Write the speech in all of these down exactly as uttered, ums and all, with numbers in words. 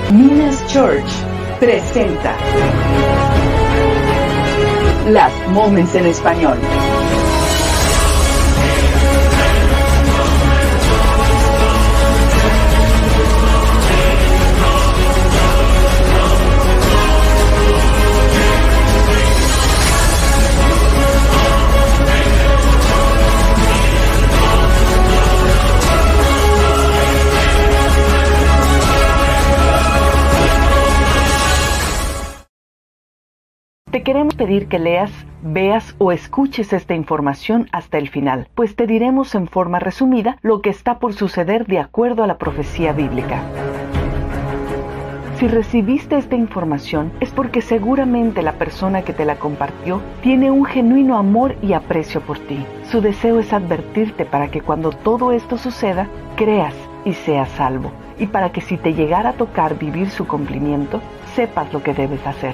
Minas Church presenta Las Moments en Español. Te queremos pedir que leas, veas o escuches esta información hasta el final, pues te diremos en forma resumida lo que está por suceder de acuerdo a la profecía bíblica. Si recibiste esta información es porque seguramente la persona que te la compartió tiene un genuino amor y aprecio por ti. Su deseo es advertirte para que cuando todo esto suceda, creas y seas salvo, y para que si te llegara a tocar vivir su cumplimiento, sepas lo que debes hacer.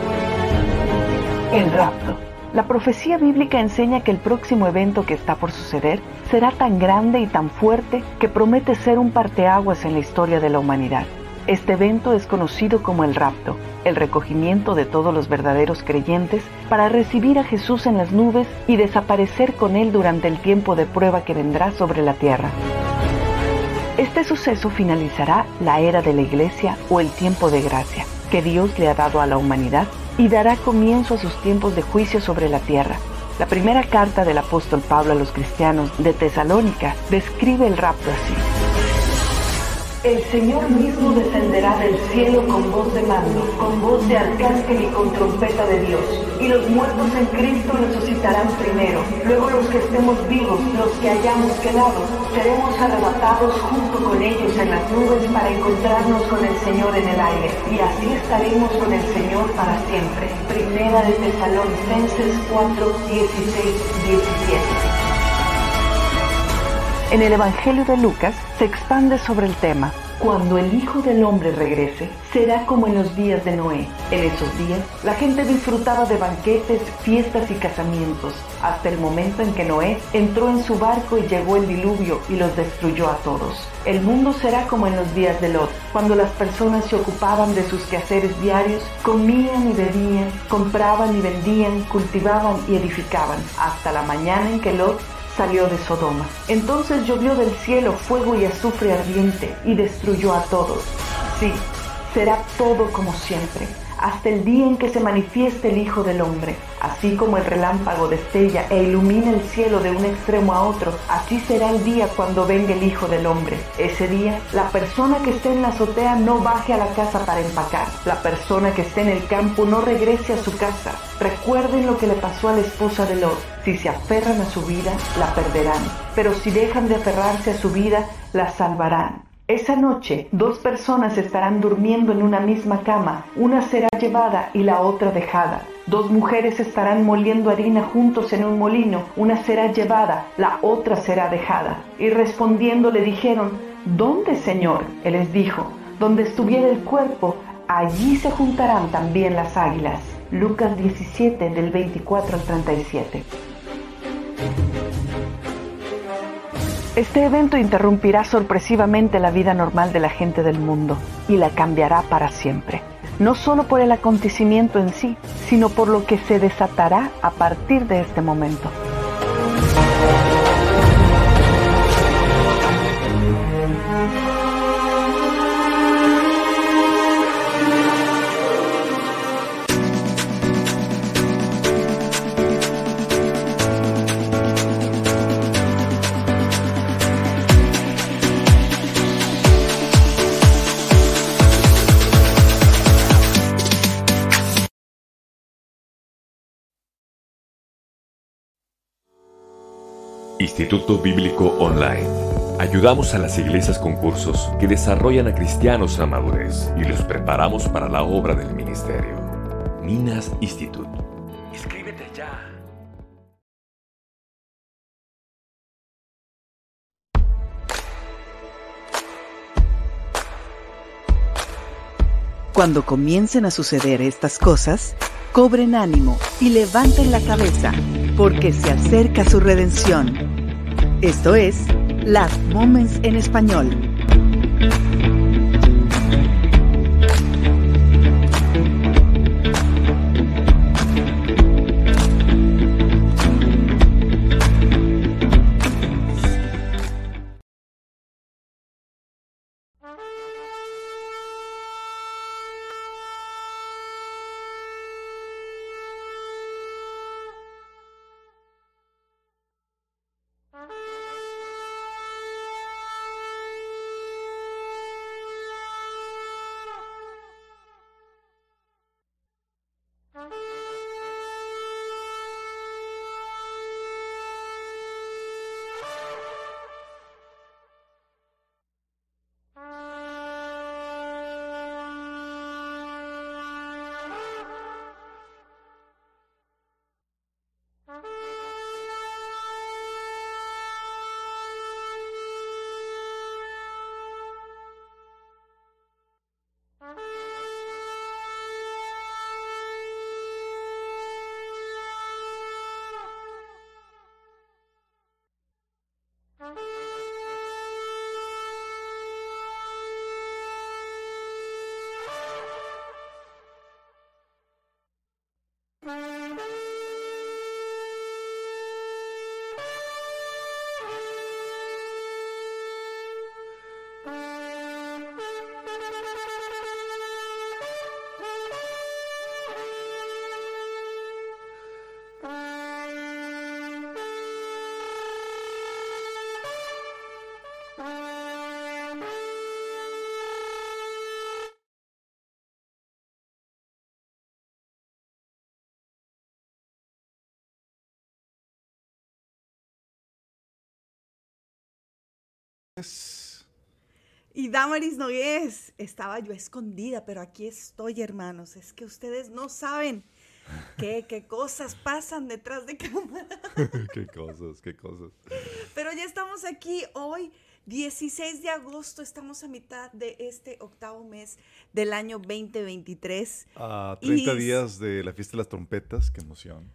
El rapto. La profecía bíblica enseña que el próximo evento que está por suceder será tan grande y tan fuerte que promete ser un parteaguas en la historia de la humanidad. Este evento es conocido como el rapto, el recogimiento de todos los verdaderos creyentes para recibir a Jesús en las nubes y desaparecer con él durante el tiempo de prueba que vendrá sobre la tierra. Este suceso finalizará la era de la iglesia o el tiempo de gracia que Dios le ha dado a la humanidad y dará comienzo a sus tiempos de juicio sobre la tierra. La primera carta del apóstol Pablo a los cristianos de Tesalónica describe el rapto así: El Señor mismo descenderá del cielo con voz de mando, con voz de arcángel y con trompeta de Dios, y los muertos en Cristo resucitarán primero. Luego los que estemos vivos, los que hayamos quedado, seremos arrebatados junto con ellos en las nubes para encontrarnos con el Señor en el aire, y así estaremos con el Señor para siempre. Primera de Tesalonicenses cuatro, dieciséis, diecisiete. En el Evangelio de Lucas se expande sobre el tema: cuando el Hijo del Hombre regrese, será como en los días de Noé. En esos días, la gente disfrutaba de banquetes, fiestas y casamientos, hasta el momento en que Noé entró en su barco y llegó el diluvio y los destruyó a todos. El mundo será como en los días de Lot, cuando las personas se ocupaban de sus quehaceres diarios, comían y bebían, compraban y vendían, cultivaban y edificaban, hasta la mañana en que Lot salió de Sodoma. Entonces llovió del cielo fuego y azufre ardiente y destruyó a todos. Sí, será todo como siempre, hasta el día en que se manifieste el Hijo del Hombre. Así como el relámpago destella e ilumina el cielo de un extremo a otro, así será el día cuando venga el Hijo del Hombre. Ese día, la persona que esté en la azotea no baje a la casa para empacar. La persona que esté en el campo no regrese a su casa. Recuerden lo que le pasó a la esposa de Lot. Si se aferran a su vida, la perderán. Pero si dejan de aferrarse a su vida, la salvarán. Esa noche, dos personas estarán durmiendo en una misma cama. Una será llevada y la otra dejada. Dos mujeres estarán moliendo harina juntos en un molino. Una será llevada, la otra será dejada. Y respondiendo le dijeron: ¿Dónde, Señor? Él les dijo: donde estuviera el cuerpo, allí se juntarán también las águilas. Lucas diecisiete, del veinticuatro al treinta y siete. Este evento interrumpirá sorpresivamente la vida normal de la gente del mundo y la cambiará para siempre. No solo por el acontecimiento en sí, sino por lo que se desatará a partir de este momento. Instituto Bíblico Online. Ayudamos a las iglesias con cursos que desarrollan a cristianos a madurez y los preparamos para la obra del ministerio. Minas Institute. Inscríbete ya. Cuando comiencen a suceder estas cosas, cobren ánimo y levanten la cabeza, porque se acerca su redención. Esto es Las Moments en Español. Y Damaris Nogués, estaba yo escondida, pero aquí estoy, hermanos. Es que ustedes no saben qué, qué cosas pasan detrás de cámara. Qué cosas, qué cosas. Pero ya estamos aquí hoy, dieciséis de agosto, estamos a mitad de este octavo mes del año veinte veintitrés. A treinta Y- días de la fiesta de las trompetas, qué emoción.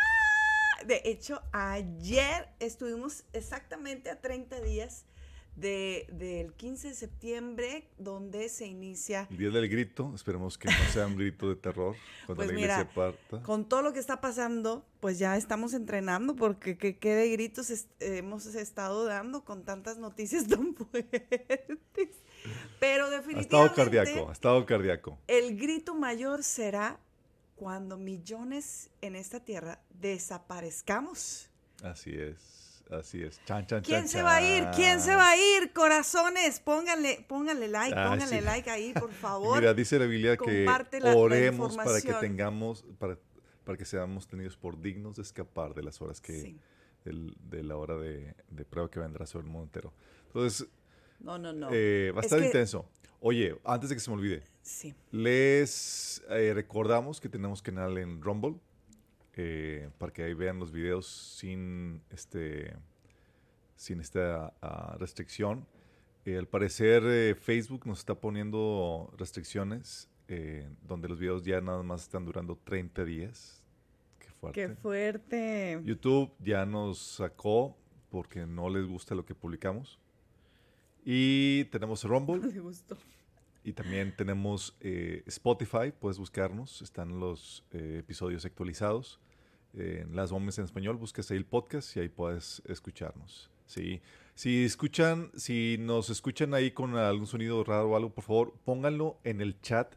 De hecho, ayer estuvimos exactamente a treinta días de, del quince de septiembre, donde se inicia, El día del grito, esperemos que no sea un grito de terror cuando Pues la mira, iglesia parta. con todo lo que está pasando, pues ya estamos entrenando, porque qué qué de gritos est- hemos estado dando con tantas noticias tan fuertes. Pero Ha estado definitivamente cardíaco, ha estado cardíaco. el grito mayor será cuando millones en esta tierra desaparezcamos. Así es, así es. Chan, chan, ¿Quién chan, se va a ir? ¿Quién se va a ir? Corazones, pónganle, pónganle like, Ah, pónganle sí. like ahí, por favor. Mira, dice la Biblia que comparte la- la oremos para que información. tengamos, para, para que seamos tenidos por dignos de escapar de las horas que, Sí. del- de la hora de, de prueba que vendrá sobre el mundo entero. Entonces, No, no, no. eh, va a Es estar que- intenso. Oye, antes de que se me olvide, Sí. les eh, recordamos que tenemos canal en Rumble, eh, para que ahí vean los videos sin este sin esta ah, restricción. Eh, al parecer eh, Facebook nos está poniendo restricciones, eh, donde los videos ya nada más están durando treinta días. Qué fuerte. Qué fuerte. YouTube ya nos sacó porque no les gusta lo que publicamos. Y tenemos Rumble. Me gustó. Y también tenemos eh, Spotify, puedes buscarnos, están los eh, episodios actualizados. Eh, en Las Moments en Español, buscas ahí el podcast y ahí puedes escucharnos. ¿Sí? Si escuchan, si nos escuchan ahí con algún sonido raro o algo, por favor, pónganlo en el chat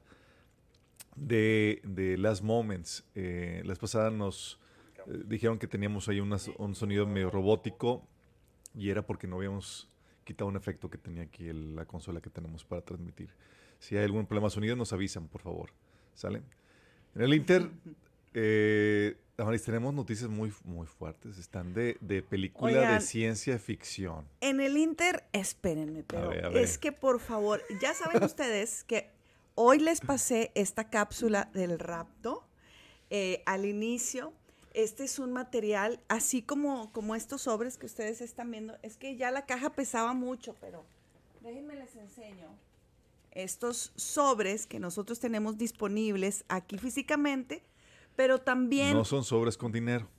de, de Las Moments. Eh, la vez pasada nos eh, dijeron que teníamos ahí unas- un sonido medio robótico y era porque no habíamos quitado un efecto que tenía aquí el- la consola que tenemos para transmitir. Si hay algún problema de sonido, nos avisan, por favor. ¿Sale? En el Inter, eh, Damaris, tenemos noticias muy, muy fuertes. Están de, de película de Oigan. ciencia ficción. En el Inter, espérenme, pero ver, a ver. es que por favor, ya saben ustedes que hoy les pasé esta cápsula del rapto eh, al inicio. Este es un material, así como, como estos sobres que ustedes están viendo. Es que ya la caja pesaba mucho, pero déjenme les enseño. Estos sobres que nosotros tenemos disponibles aquí físicamente, pero también No son sobres con dinero.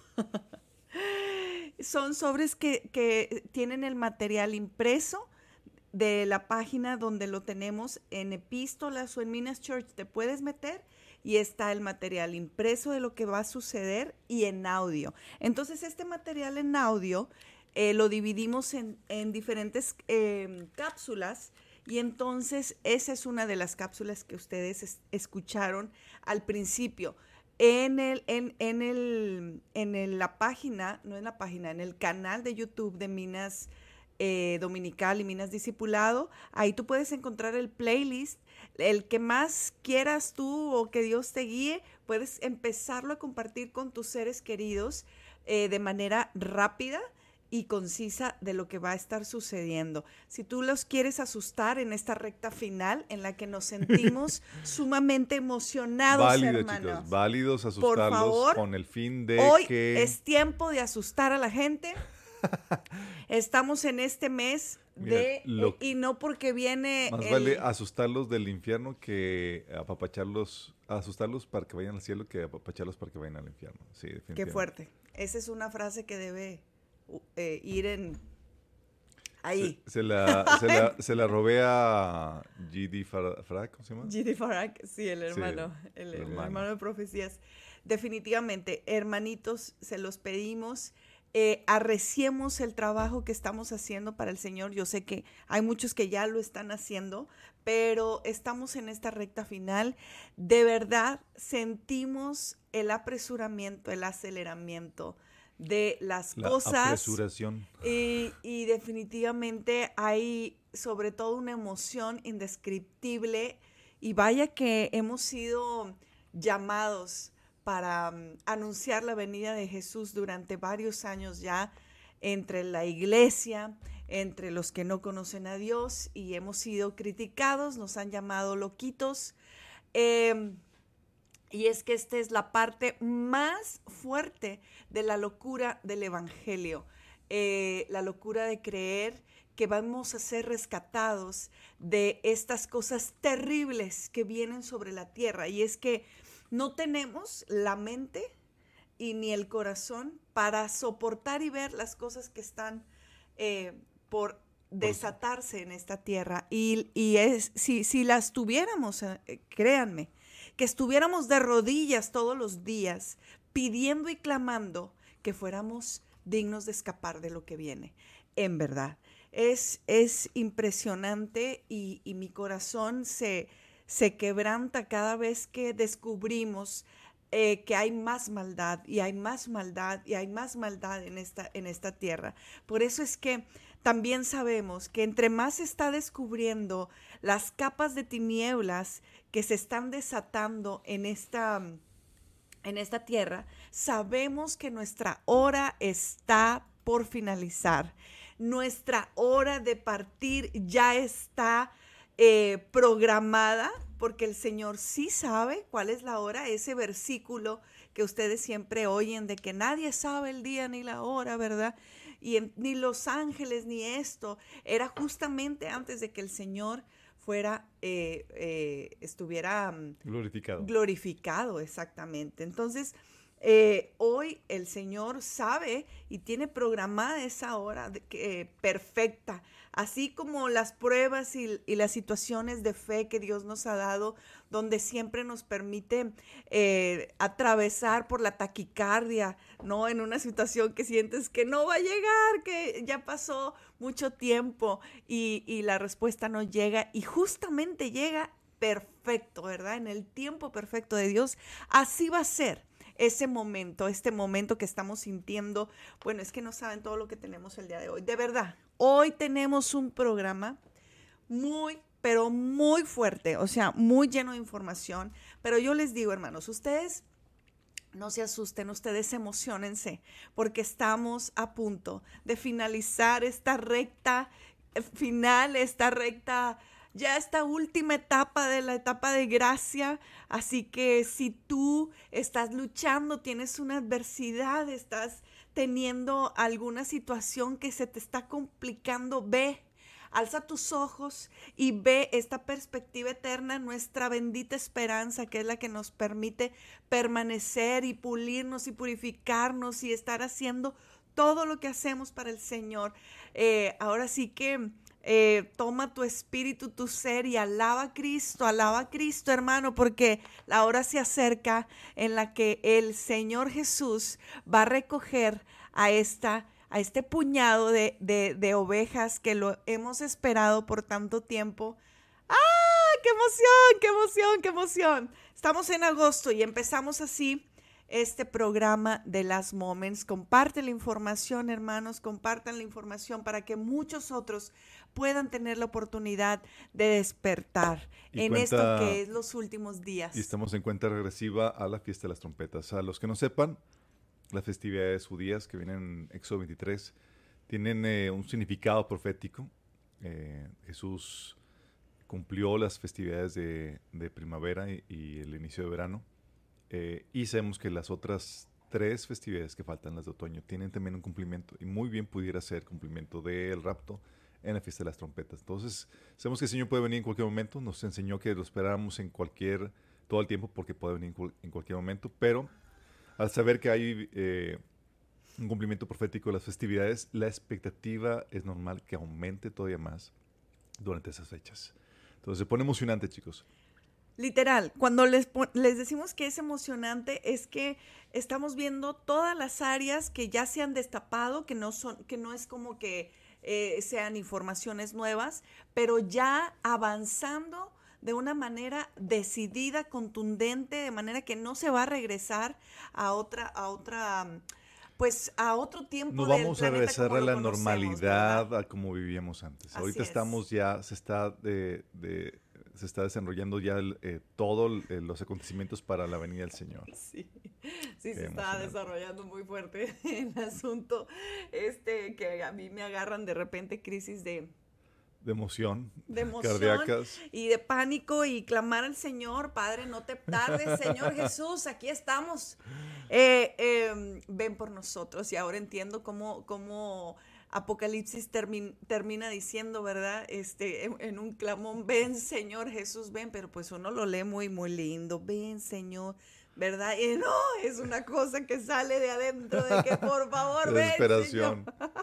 son sobres que, que tienen el material impreso de la página donde lo tenemos en epístolas o en Minas Church. Te puedes meter y está el material impreso de lo que va a suceder y en audio. Entonces, este material en audio eh, lo dividimos en, en diferentes eh, cápsulas. Y entonces esa es una de las cápsulas que ustedes es- escucharon al principio. En, el, en, en, el, en el- la página, no en la página, en el canal de YouTube de Minas eh, Dominical y Minas Discipulado, ahí tú puedes encontrar el playlist, el que más quieras tú o que Dios te guíe, puedes empezarlo a compartir con tus seres queridos eh, de manera rápida y concisa de lo que va a estar sucediendo. Si tú los quieres asustar en esta recta final en la que nos sentimos sumamente emocionados, Válido, hermanos. chicos. Válidos asustarlos favor, con el fin de Hoy que... es tiempo de asustar a la gente. Estamos en este mes Mira, de lo- eh, y no porque viene Más el- vale asustarlos del infierno que apapacharlos, asustarlos para que vayan al cielo que apapacharlos para que vayan al infierno. Sí, Qué definitivamente. fuerte. Esa es una frase que debe uh, eh, ir en ahí. Se, se la, se, la, se la robé a G D Farah, Farah, ¿cómo se llama? G D Farag, sí, el hermano, el, el el hermano. hermano de profecías. Definitivamente, hermanitos, se los pedimos. eh, arreciemos el trabajo que estamos haciendo para el Señor. Yo sé que hay muchos que ya lo están haciendo, pero estamos en esta recta final. De verdad sentimos el apresuramiento, el aceleramiento de las La cosas. apresuración. Y, y definitivamente hay sobre todo una emoción indescriptible, y vaya que hemos sido llamados para um, anunciar la venida de Jesús durante varios años ya, entre la iglesia, entre los que no conocen a Dios, y hemos sido criticados, nos han llamado loquitos. Eh, y es que esta es la parte más fuerte de la locura del evangelio, eh, la locura de creer que vamos a ser rescatados de estas cosas terribles que vienen sobre la tierra. Y es que no tenemos la mente y ni el corazón para soportar y ver las cosas que están eh, por desatarse en esta tierra. Y, y es, si, si las tuviéramos, eh, créanme, que estuviéramos de rodillas todos los días pidiendo y clamando que fuéramos dignos de escapar de lo que viene. En verdad, es, es impresionante, y, y mi corazón se, se quebranta cada vez que descubrimos eh, que hay más maldad y hay más maldad y hay más maldad en esta, en esta tierra. Por eso es que también sabemos que entre más se está descubriendo las capas de tinieblas que se están desatando en esta, en esta tierra, sabemos que nuestra hora está por finalizar. Nuestra hora de partir ya está eh, programada, porque el Señor sí sabe cuál es la hora. Ese versículo que ustedes siempre oyen de que nadie sabe el día ni la hora, ¿verdad? Y en, ni los ángeles ni esto, era justamente antes de que el Señor fuera, eh, eh, estuviera glorificado. Glorificado, exactamente. Entonces, eh, hoy el Señor sabe y tiene programada esa hora de, eh, perfecta, así como las pruebas y, y las situaciones de fe que Dios nos ha dado, donde siempre nos permite eh, atravesar por la taquicardia, ¿no? En una situación que sientes que no va a llegar, que ya pasó mucho tiempo y, y la respuesta no llega, y justamente llega perfecto, ¿verdad? En el tiempo perfecto de Dios. Así va a ser ese momento, este momento que estamos sintiendo. Bueno, es que no saben todo lo que tenemos el día de hoy. De verdad, hoy tenemos un programa muy, pero muy fuerte, o sea, muy lleno de información. Pero yo les digo, hermanos, ustedes no se asusten, ustedes emociónense, porque estamos a punto de finalizar esta recta final, esta recta, ya esta última etapa de la etapa de gracia. Así que si tú estás luchando, tienes una adversidad, estás teniendo alguna situación que se te está complicando, ve, alza tus ojos y ve esta perspectiva eterna, nuestra bendita esperanza, que es la que nos permite permanecer y pulirnos y purificarnos y estar haciendo todo lo que hacemos para el Señor. Eh, ahora sí que Eh, toma tu espíritu, tu ser, y alaba a Cristo, alaba a Cristo, hermano, porque la hora se acerca en la que el Señor Jesús va a recoger a esta, a este puñado de, de, de ovejas que lo hemos esperado por tanto tiempo. ¡Ah! ¡Qué emoción! ¡Qué emoción! ¡Qué emoción! Estamos en agosto y empezamos así este programa de Last Moments. Comparte la información, hermanos, compartan la información para que muchos otros puedan tener la oportunidad de despertar y en cuenta, esto que es los últimos días. Y estamos en cuenta regresiva a la fiesta de las trompetas. A los que no sepan, las festividades judías que vienen en Éxodo veintitrés tienen eh, un significado profético. Eh, Jesús cumplió las festividades de, de primavera y, y el inicio de verano. Eh, y sabemos que las otras tres festividades que faltan, las de otoño, tienen también un cumplimiento, y muy bien pudiera ser cumplimiento del rapto en la fiesta de las trompetas. Entonces, sabemos que el Señor puede venir en cualquier momento. Nos enseñó que lo esperáramos en cualquier, todo el tiempo, porque puede venir en cualquier momento, pero al saber que hay eh, un cumplimiento profético de las festividades, la expectativa es normal que aumente todavía más durante esas fechas. Entonces, se pone emocionante, chicos. Literal, cuando les, les decimos que es emocionante, es que estamos viendo todas las áreas que ya se han destapado, que no son, que no es como que eh, sean informaciones nuevas, pero ya avanzando de una manera decidida, contundente, de manera que no se va a regresar a otra, a otra, pues a otro tiempo. No vamos a regresar a la normalidad, ¿verdad? A como vivíamos antes. Así Ahorita es. estamos ya, se está de, de se está desarrollando ya eh, todos eh, los acontecimientos para la venida del Señor. Sí, sí se está desarrollando muy fuerte el asunto, este, que a mí me agarran de repente crisis de... De emoción, de emoción cardíacas. Y de pánico y clamar al Señor, Padre, no te tardes, Señor Jesús, aquí estamos. Eh, eh, ven por nosotros. Y ahora entiendo cómo... cómo Apocalipsis termi- termina diciendo, ¿verdad? Este, en, en un clamón, ven Señor Jesús, ven, pero pues uno lo lee muy, muy lindo, ven Señor, ¿verdad? Y no, es una cosa que sale de adentro, de que por favor, ven Señor.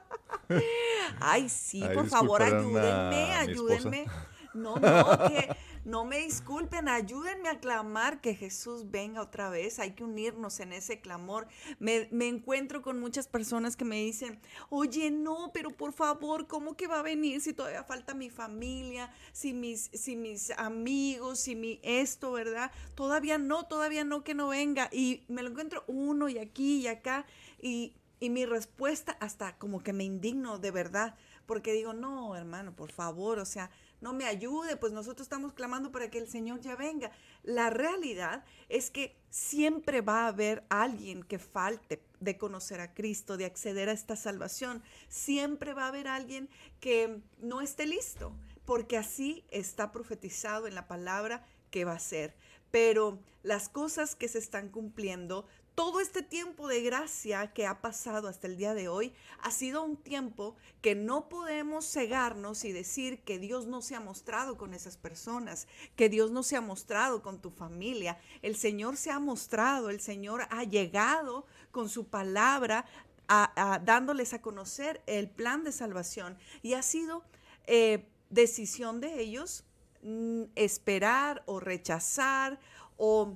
Ay, sí, Ay, por favor, ayúdenme, ayúdenme. No, no, que no me disculpen, ayúdenme a clamar que Jesús venga otra vez. Hay que unirnos en ese clamor. Me, me encuentro con muchas personas que me dicen, oye, no, pero por favor, ¿cómo que va a venir si todavía falta mi familia, si mis, si mis amigos, si mi esto, ¿verdad? Todavía no, todavía no, que no venga. Y me lo encuentro uno y aquí y acá y, y mi respuesta hasta como que me indigno de verdad, porque digo, no, hermano, por favor, o sea, no me ayude, pues nosotros estamos clamando para que el Señor ya venga. La realidad es que siempre va a haber alguien que falte de conocer a Cristo, de acceder a esta salvación. Siempre va a haber alguien que no esté listo, porque así está profetizado en la palabra que va a ser. Pero las cosas que se están cumpliendo, todo este tiempo de gracia que ha pasado hasta el día de hoy, ha sido un tiempo que no podemos cegarnos y decir que Dios no se ha mostrado con esas personas, que Dios no se ha mostrado con tu familia. El Señor se ha mostrado, el Señor ha llegado con su palabra, a, a, dándoles a conocer el plan de salvación. Y ha sido eh, decisión de ellos mm, esperar o rechazar o...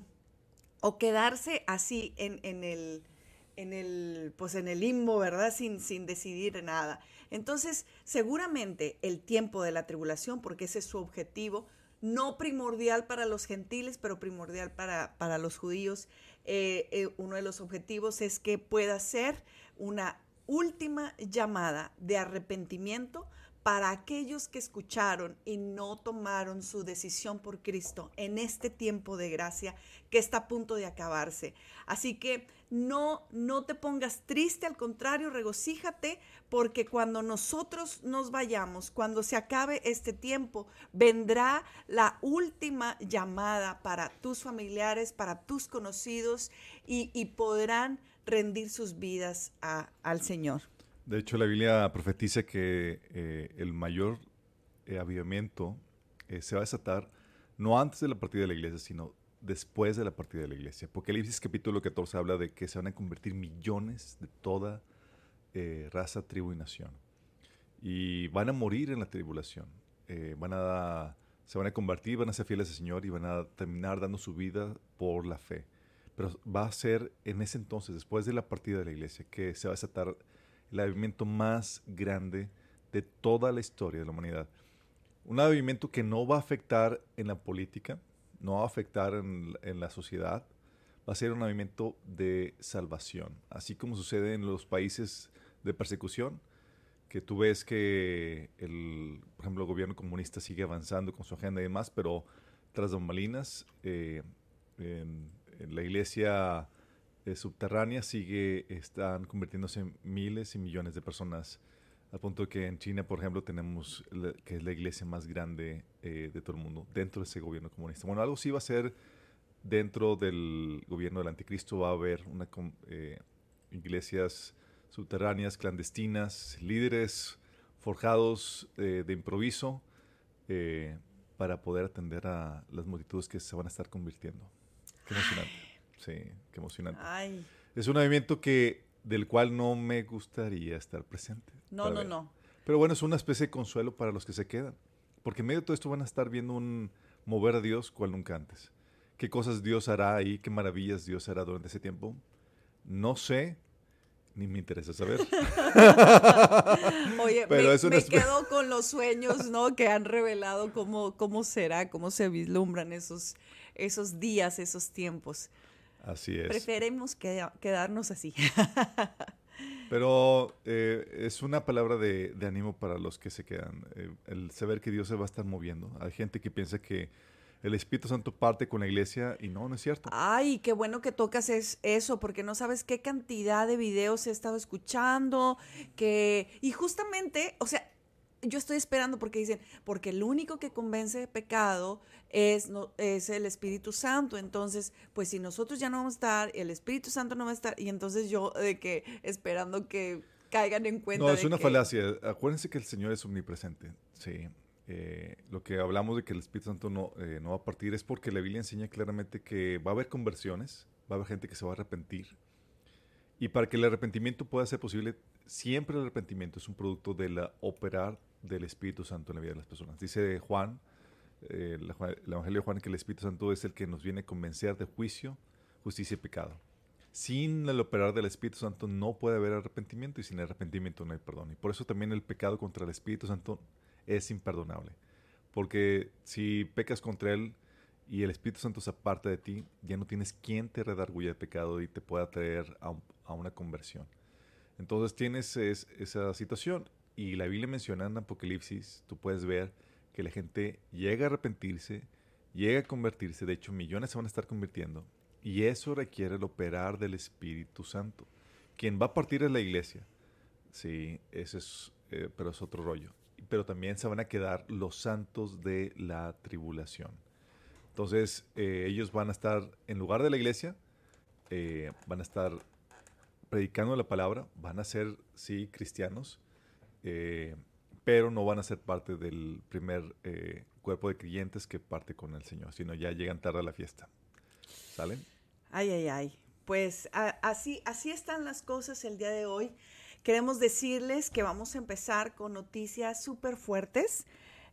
o quedarse así en, en, el, en, el, pues en el limbo, ¿verdad? Sin, sin decidir nada. Entonces, seguramente el tiempo de la tribulación, porque ese es su objetivo, no primordial para los gentiles, pero primordial para, para los judíos, eh, eh, uno de los objetivos es que pueda ser una última llamada de arrepentimiento para aquellos que escucharon y no tomaron su decisión por Cristo en este tiempo de gracia que está a punto de acabarse. Así que no, no te pongas triste, al contrario, regocíjate, porque cuando nosotros nos vayamos, cuando se acabe este tiempo, vendrá la última llamada para tus familiares, para tus conocidos, y, y podrán rendir sus vidas a, al Señor. De hecho, la Biblia profetiza que eh, el mayor eh, avivamiento eh, se va a desatar no antes de la partida de la iglesia, sino después de la partida de la iglesia. Apocalipsis capítulo catorce habla de que se van a convertir millones de toda eh, raza, tribu y nación. Y van a morir en la tribulación. Eh, van a, se van a convertir, van a ser fieles al Señor y van a terminar dando su vida por la fe. Pero va a ser en ese entonces, después de la partida de la iglesia, que se va a desatar el avivamiento más grande de toda la historia de la humanidad. Un avivamiento que no va a afectar en la política, no va a afectar en, en la sociedad, va a ser un avivamiento de salvación. Así como sucede en los países de persecución, que tú ves que el, por ejemplo, el gobierno comunista sigue avanzando con su agenda y demás, pero tras bambalinas, eh, en, en la iglesia Eh, subterránea sigue, están convirtiéndose en miles y millones de personas, al punto que en China, por ejemplo, tenemos la, que es la iglesia más grande eh, de todo el mundo, dentro de ese gobierno comunista. Bueno, algo sí va a ser dentro del gobierno del anticristo, va a haber una, eh, iglesias subterráneas, clandestinas, líderes forjados eh, de improviso eh, para poder atender a las multitudes que se van a estar convirtiendo. Qué emocionante. Sí, qué emocionante. Ay. Es un movimiento que, del cual no me gustaría estar presente. No, no, ver. no. Pero bueno, es una especie de consuelo para los que se quedan. Porque en medio de todo esto van a estar viendo un mover a Dios cual nunca antes. ¿Qué cosas Dios hará ahí? ¿Qué maravillas Dios hará durante ese tiempo? No sé, ni me interesa saber. Oye, Pero me, es una me espe- quedo con los sueños, ¿no? Que han revelado cómo, cómo será, cómo se vislumbran esos, esos días, esos tiempos. Así es. Preferimos que- quedarnos así. Pero eh, es una palabra de, de ánimo para los que se quedan. Eh, el saber que Dios se va a estar moviendo. Hay gente que piensa que el Espíritu Santo parte con la iglesia y no, no es cierto. Ay, qué bueno que tocas es eso, porque no sabes qué cantidad de videos he estado escuchando, que, y justamente, o sea, yo estoy esperando porque dicen, porque el único que convence de pecado es, no, es el Espíritu Santo. Entonces, pues si nosotros ya no vamos a estar, el Espíritu Santo no va a estar, y entonces yo de que esperando que caigan en cuenta No, es de una que- falacia. Acuérdense que el Señor es omnipresente. Sí. Eh, lo que hablamos de que el Espíritu Santo no, eh, no va a partir es porque la Biblia enseña claramente que va a haber conversiones, va a haber gente que se va a arrepentir. Y para que el arrepentimiento pueda ser posible, siempre el arrepentimiento es un producto del operar del Espíritu Santo en la vida de las personas. Dice Juan, eh, el el Evangelio de Juan, que el Espíritu Santo es el que nos viene a convencer de juicio, justicia y pecado. Sin el operar del Espíritu Santo no puede haber arrepentimiento y sin arrepentimiento no hay perdón. Y por eso también el pecado contra el Espíritu Santo es imperdonable. Porque si pecas contra Él y el Espíritu Santo se aparta de ti, ya no tienes quien te redarguya de pecado y te pueda traer a, un- a una conversión. Entonces tienes es- esa situación. Y la Biblia menciona en Apocalipsis, tú puedes ver que la gente llega a arrepentirse, llega a convertirse. De hecho, millones se van a estar convirtiendo. Y eso requiere el operar del Espíritu Santo. Quien va a partir es la iglesia. Sí, ese es, eh, pero es otro rollo. Pero también se van a quedar los santos de la tribulación. Entonces, eh, ellos van a estar, en lugar de la iglesia, eh, van a estar predicando la palabra, van a ser, sí, cristianos, eh, pero no van a ser parte del primer eh, cuerpo de creyentes que parte con el Señor, sino ya llegan tarde a la fiesta. ¿Sale? Ay, ay, ay. Pues a- así, así están las cosas el día de hoy. Queremos decirles que vamos a empezar con noticias súper fuertes.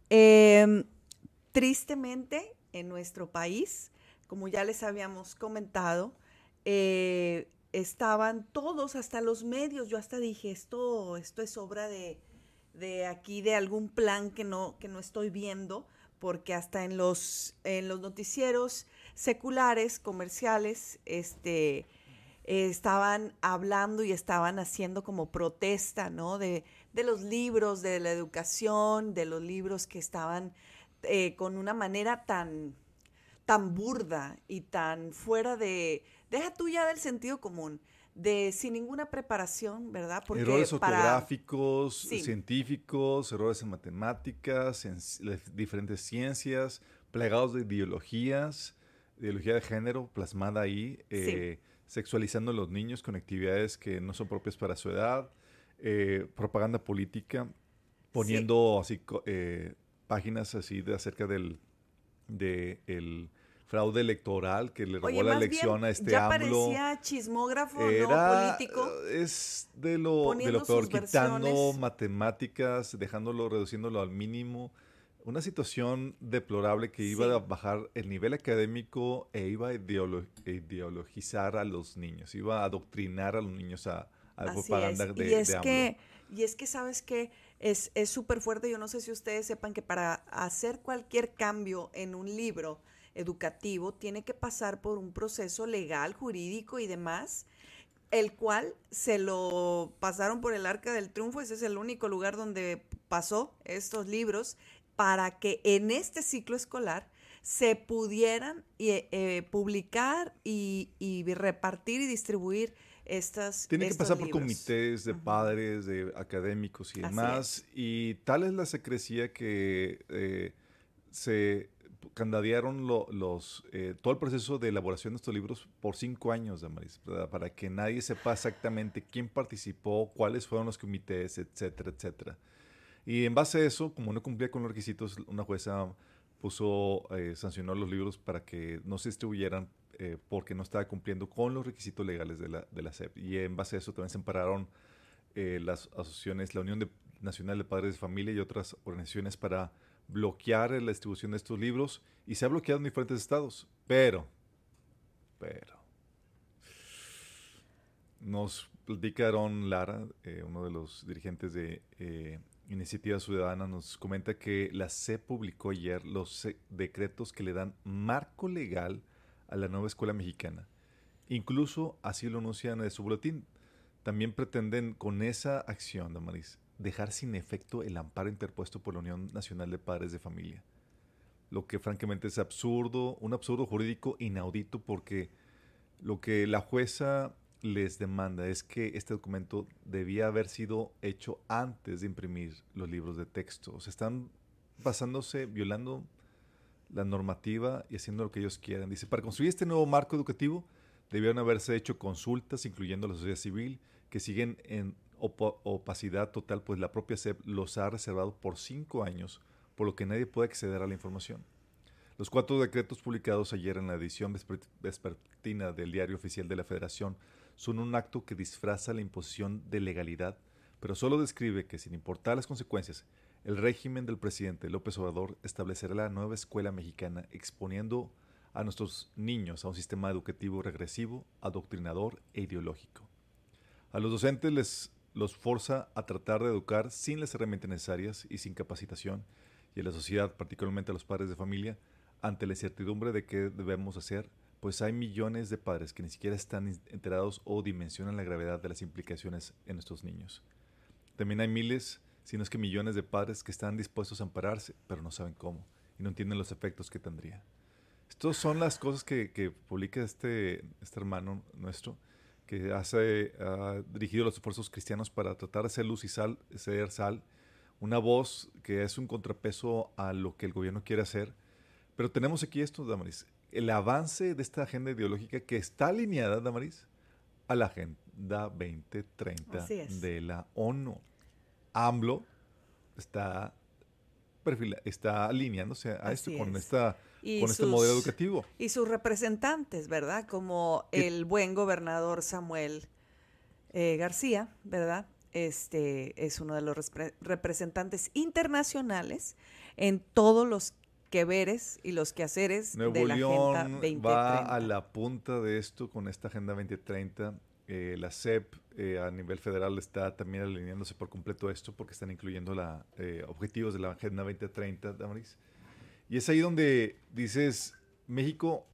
Eh, tristemente, en nuestro país, como ya les habíamos comentado, eh, estaban todos, hasta los medios, yo hasta dije, esto, esto es obra de, de aquí, de algún plan que no, que no estoy viendo, porque hasta en los, en los noticieros seculares, comerciales, este, eh, estaban hablando y estaban haciendo como protesta, ¿no? De, de los libros, de la educación, de los libros que estaban eh, con una manera tan, tan burda y tan fuera de, deja tú ya del sentido común, de sin ninguna preparación, ¿verdad? Porque errores para- ortográficos, Sí. científicos, errores en matemáticas, en ci- las diferentes ciencias, plagados de ideologías, ideología de género plasmada ahí, eh, sexualizando a los niños con actividades que no son propias para su edad, eh, propaganda política, poniendo así co- eh, páginas así de acerca del de el fraude electoral que le robó Oye, la más elección bien, a este ya AMLO. parecía chismógrafo, Era, ¿no? Político. eh, es de lo, de poniendo lo peor, sus quitando versiones. matemáticas, dejándolo, reduciéndolo al mínimo. Una situación deplorable que iba Sí. a bajar el nivel académico e iba a ideolo- ideologizar a los niños, iba a adoctrinar a los niños a, a Así propaganda es. de, y es de AMLO. que y es que sabes que es es súper fuerte. Yo no sé si ustedes sepan que para hacer cualquier cambio en un libro educativo tiene que pasar por un proceso legal, jurídico y demás, el cual se lo pasaron por el Arca del Triunfo. Ese es el único lugar donde pasó estos libros para que en este ciclo escolar se pudieran eh, eh, publicar y, y repartir y distribuir estas Tiene que estos pasar por libros. comités de Ujú. padres, de académicos y Así demás. es. Y tal es la secrecía que eh, se candadearon lo- los, eh, todo el proceso de elaboración de estos libros por cinco años, Damaris, ¿verdad? Para que nadie sepa exactamente quién participó, cuáles fueron los comités, etcétera, etcétera. Y en base a eso, como no cumplía con los requisitos, una jueza puso, eh, sancionó los libros para que no se distribuyeran eh, porque no estaba cumpliendo con los requisitos legales de la, de la S E P. Y en base a eso también se ampararon eh, las asociaciones, la Unión de- Nacional de Padres de Familia y otras organizaciones para bloquear la distribución de estos libros y se ha bloqueado en diferentes estados. Pero, pero, nos platica Aaron Lara, eh, uno de los dirigentes de eh, Iniciativa Ciudadana, nos comenta que la C E P publicó ayer los decretos que le dan marco legal a la nueva escuela mexicana. Incluso así lo anuncian en su boletín. También pretenden con esa acción, Damaris, dejar sin efecto el amparo interpuesto por la Unión Nacional de Padres de Familia. Lo que francamente es absurdo, un absurdo jurídico inaudito, porque lo que la jueza les demanda es que este documento debía haber sido hecho antes de imprimir los libros de texto. O sea, están basándose, violando la normativa y haciendo lo que ellos quieran. Dice, para construir este nuevo marco educativo debieron haberse hecho consultas, incluyendo a la sociedad civil, que siguen en op- opacidad total, pues la propia C E P los ha reservado por cinco años, por lo que nadie puede acceder a la información. Los cuatro decretos publicados ayer en la edición vespertina del Diario Oficial de la Federación son un acto que disfraza la imposición de legalidad, pero solo describe que, sin importar las consecuencias, el régimen del presidente López Obrador establecerá la nueva escuela mexicana, exponiendo a nuestros niños a un sistema educativo regresivo, adoctrinador e ideológico. A los docentes les los forza a tratar de educar sin las herramientas necesarias y sin capacitación, y a la sociedad, particularmente a los padres de familia, ante la incertidumbre de qué debemos hacer, pues hay millones de padres que ni siquiera están enterados o dimensionan la gravedad de las implicaciones en nuestros niños. También hay miles, si no es que millones de padres que están dispuestos a ampararse, pero no saben cómo y no entienden los efectos que tendría. Estas son las cosas que, que publica este, este hermano nuestro, que hace, ha dirigido los esfuerzos cristianos para tratar de ser luz y sal, ser sal, una voz que es un contrapeso a lo que el gobierno quiere hacer. Pero tenemos aquí esto, Damaris, el avance de esta agenda ideológica que está alineada, Damaris, a la Agenda veinte treinta de la ONU. AMLO está, perfila, está alineándose a Así esto con, es. esta, con sus, este modelo educativo. Y sus representantes, ¿verdad? Como el buen gobernador Samuel eh, García, ¿verdad? Este es uno de los repre- representantes internacionales en todos los que veres y los quehaceres Nuevo de la León Agenda veinte va treinta. a la punta de esto con esta Agenda veinte treinta. Eh, la C E P eh, a nivel federal está también alineándose por completo esto porque están incluyendo la, eh, objetivos de la Agenda veinte treinta, Damaris. Y es ahí donde dices, México,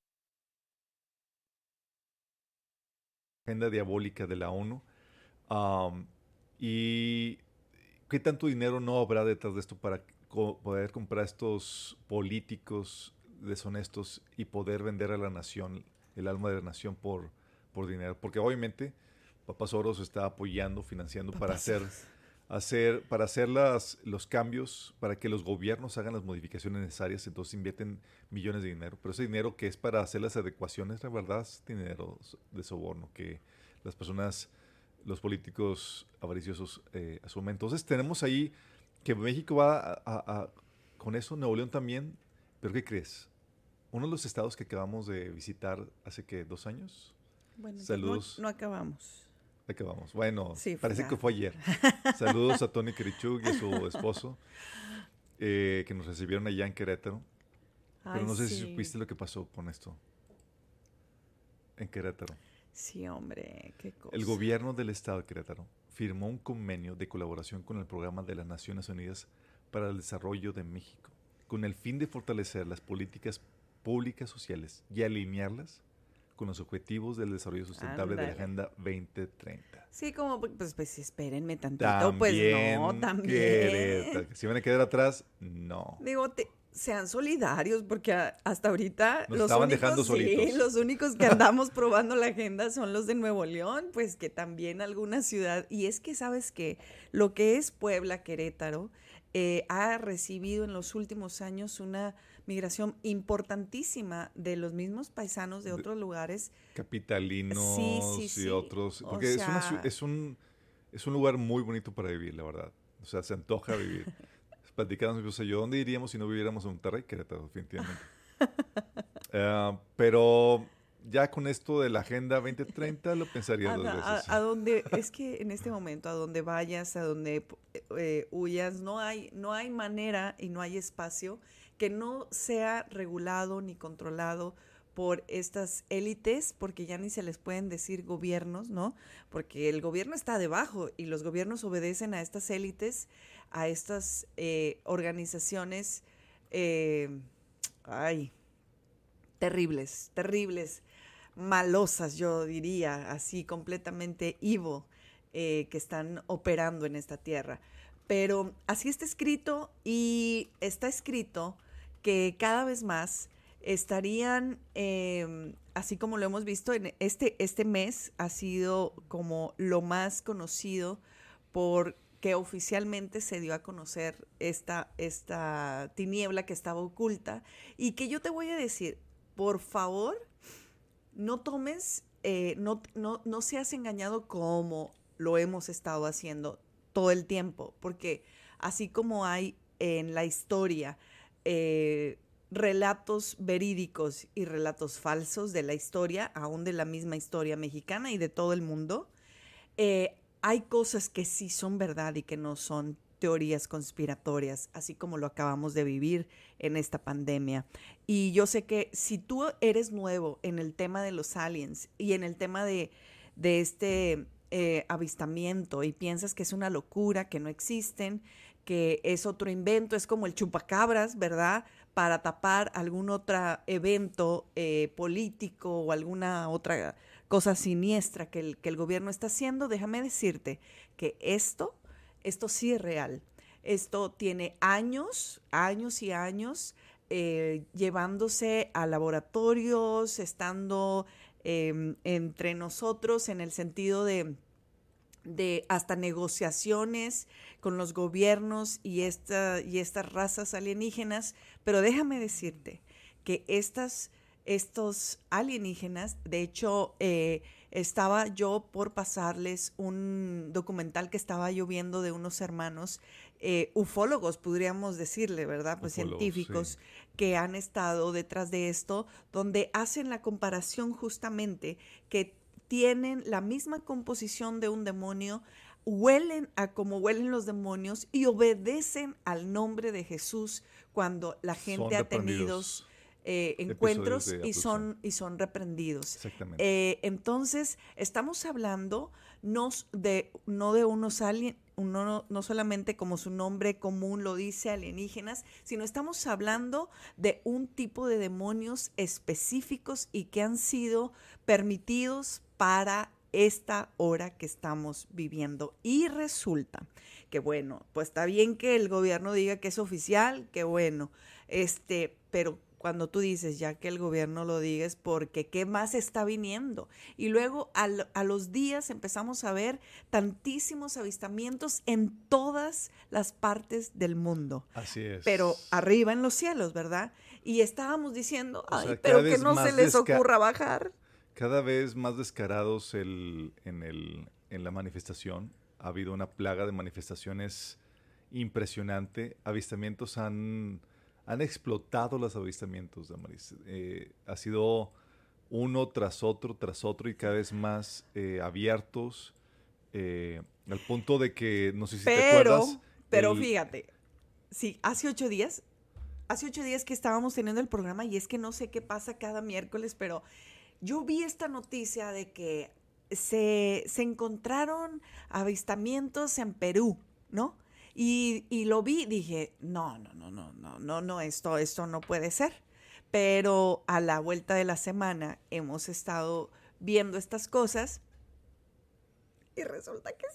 agenda diabólica de la ONU, um, y qué tanto dinero no habrá detrás de esto para poder comprar estos políticos deshonestos y poder vender a la nación, el alma de la nación por, por dinero. Porque obviamente Papá Soros está apoyando, financiando Papá para hacer, hacer, para hacer las, los cambios, para que los gobiernos hagan las modificaciones necesarias. Entonces invierten millones de dinero. Pero ese dinero que es para hacer las adecuaciones, la verdad es dinero de soborno que las personas, los políticos avariciosos eh, asumen. Entonces tenemos ahí que México va a, a, a, con eso, Nuevo León también, pero ¿qué crees? Uno de los estados que acabamos de visitar hace, ¿qué? ¿Dos años? Bueno, saludos. No, no acabamos. Acabamos. Bueno, sí, parece ya. que fue ayer. Saludos a Tony Kerichuk y a su esposo, eh, que nos recibieron allá en Querétaro. Ay, pero no sé sí. si supiste lo que pasó con esto en Querétaro. Sí, hombre, qué cosa. El gobierno del estado de Querétaro firmó un convenio de colaboración con el Programa de las Naciones Unidas para el Desarrollo de México, con el fin de fortalecer las políticas públicas sociales y alinearlas con los objetivos del desarrollo sustentable Ándale. de la Agenda veinte treinta. Sí, como, pues, pues espérenme tantito, también pues no, también. Querétaro. Si van a quedar atrás, no. Digo, te, sean solidarios, porque a, hasta ahorita Nos los estaban únicos, dejando solitos. Sí, los únicos que andamos probando la agenda son los de Nuevo León, pues que también alguna ciudad, y es que sabes que lo que es Puebla, Querétaro, eh, ha recibido en los últimos años una migración importantísima de los mismos paisanos de otros de lugares. Capitalinos sí, sí, sí. y otros, porque o sea, es, una, es, un, es un lugar muy bonito para vivir, la verdad. O sea, se antoja vivir. Platicamos, o sea, yo, ¿dónde iríamos si no viviéramos en Monterrey? Querétaro, definitivamente. uh, pero ya con esto de la Agenda veinte treinta lo pensaría a, dos veces. a, a donde, es que en este momento, a donde vayas, a donde eh, huyas, no hay, no hay manera y no hay espacio que no sea regulado ni controlado por estas élites, porque ya ni se les pueden decir gobiernos, ¿no? Porque el gobierno está debajo y los gobiernos obedecen a estas élites, a estas eh, organizaciones, eh, ay, terribles, terribles, malosas, yo diría, así completamente evil, eh, que están operando en esta tierra. Pero así está escrito, y está escrito que cada vez más estarían, eh, así como lo hemos visto, en este, este mes ha sido como lo más conocido porque oficialmente se dio a conocer esta, esta tiniebla que estaba oculta, y que yo te voy a decir, por favor, no tomes, eh, no, no, no seas engañado como lo hemos estado haciendo todo el tiempo, porque así como hay en la historia eh, relatos verídicos y relatos falsos de la historia, aún de la misma historia mexicana y de todo el mundo, eh, hay cosas que sí son verdad y que no son teorías conspiratorias, así como lo acabamos de vivir en esta pandemia. Y yo sé que si tú eres nuevo en el tema de los aliens y en el tema de, de este eh, avistamiento, y piensas que es una locura, que no existen, que es otro invento, es como el chupacabras, ¿verdad?, para tapar algún otro evento eh, político o alguna otra cosa siniestra que el, que el gobierno está haciendo, déjame decirte que esto, esto sí es real. Esto tiene años, años y años eh, llevándose a laboratorios, estando eh, entre nosotros en el sentido de de hasta negociaciones con los gobiernos y, esta, y estas razas alienígenas, pero déjame decirte que estas, estos alienígenas, de hecho, eh, estaba yo por pasarles un documental que estaba yo viendo de unos hermanos eh, ufólogos, podríamos decirle, ¿verdad? Pues Ufólogos, científicos sí, que han estado detrás de esto, donde hacen la comparación justamente que tienen la misma composición de un demonio, huelen a como huelen los demonios y obedecen al nombre de Jesús cuando la gente ha tenido eh, encuentros y son, y son reprendidos. Exactamente. Eh, entonces, estamos hablando no de, no de unos aliens, no, no solamente como su nombre común lo dice, alienígenas, sino estamos hablando de un tipo de demonios específicos y que han sido permitidos para esta hora que estamos viviendo. Y resulta que, bueno, pues está bien que el gobierno diga que es oficial, que bueno, este, pero cuando tú dices ya que el gobierno lo diga es porque ¿qué más está viniendo? Y luego a, a los días empezamos a ver tantísimos avistamientos en todas las partes del mundo. Así es. Pero arriba en los cielos, ¿verdad? Y estábamos diciendo, o ay, sea, pero que no se les ocurra bajar. Cada vez más descarados el, en, el, en la manifestación. Ha habido una plaga de manifestaciones impresionante. Avistamientos han... Han explotado los avistamientos, Damaris. Eh, ha sido uno tras otro, tras otro, y cada vez más eh, abiertos, eh, al punto de que, no sé si pero, te acuerdas. Pero el... fíjate, sí, hace ocho días, hace ocho días que estábamos teniendo el programa, y es que no sé qué pasa cada miércoles, pero yo vi esta noticia de que se, se encontraron avistamientos en Perú, ¿no? Y, y lo vi, dije, no, no, no, no, no, no, no, esto, esto no puede ser. Pero a la vuelta de la semana hemos estado viendo estas cosas y resulta que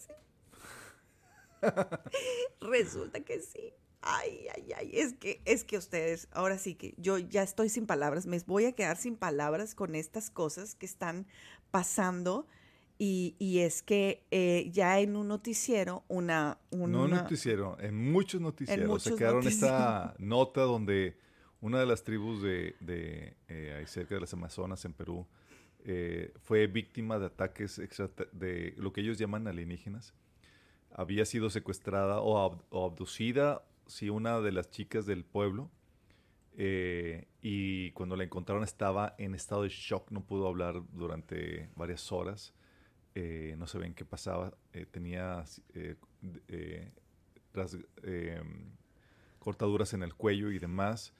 sí. Resulta que sí. Ay, ay, ay, es que, es que ustedes, ahora sí que yo ya estoy sin palabras, me voy a quedar sin palabras con estas cosas que están pasando. Y, y es que eh, ya en un noticiero, una... una no noticiero, en muchos noticieros. En muchos sacaron noticieros. esta nota donde una de las tribus de, de eh, ahí cerca de las Amazonas, en Perú, eh, fue víctima de ataques extra, de lo que ellos llaman alienígenas. Había sido secuestrada o, ab, o abducida, sí, una de las chicas del pueblo. Eh, y cuando la encontraron estaba en estado de shock, no pudo hablar durante varias horas. Eh, no sabían qué pasaba. Eh, tenía eh, eh, ras, eh, cortaduras en el cuello y demás.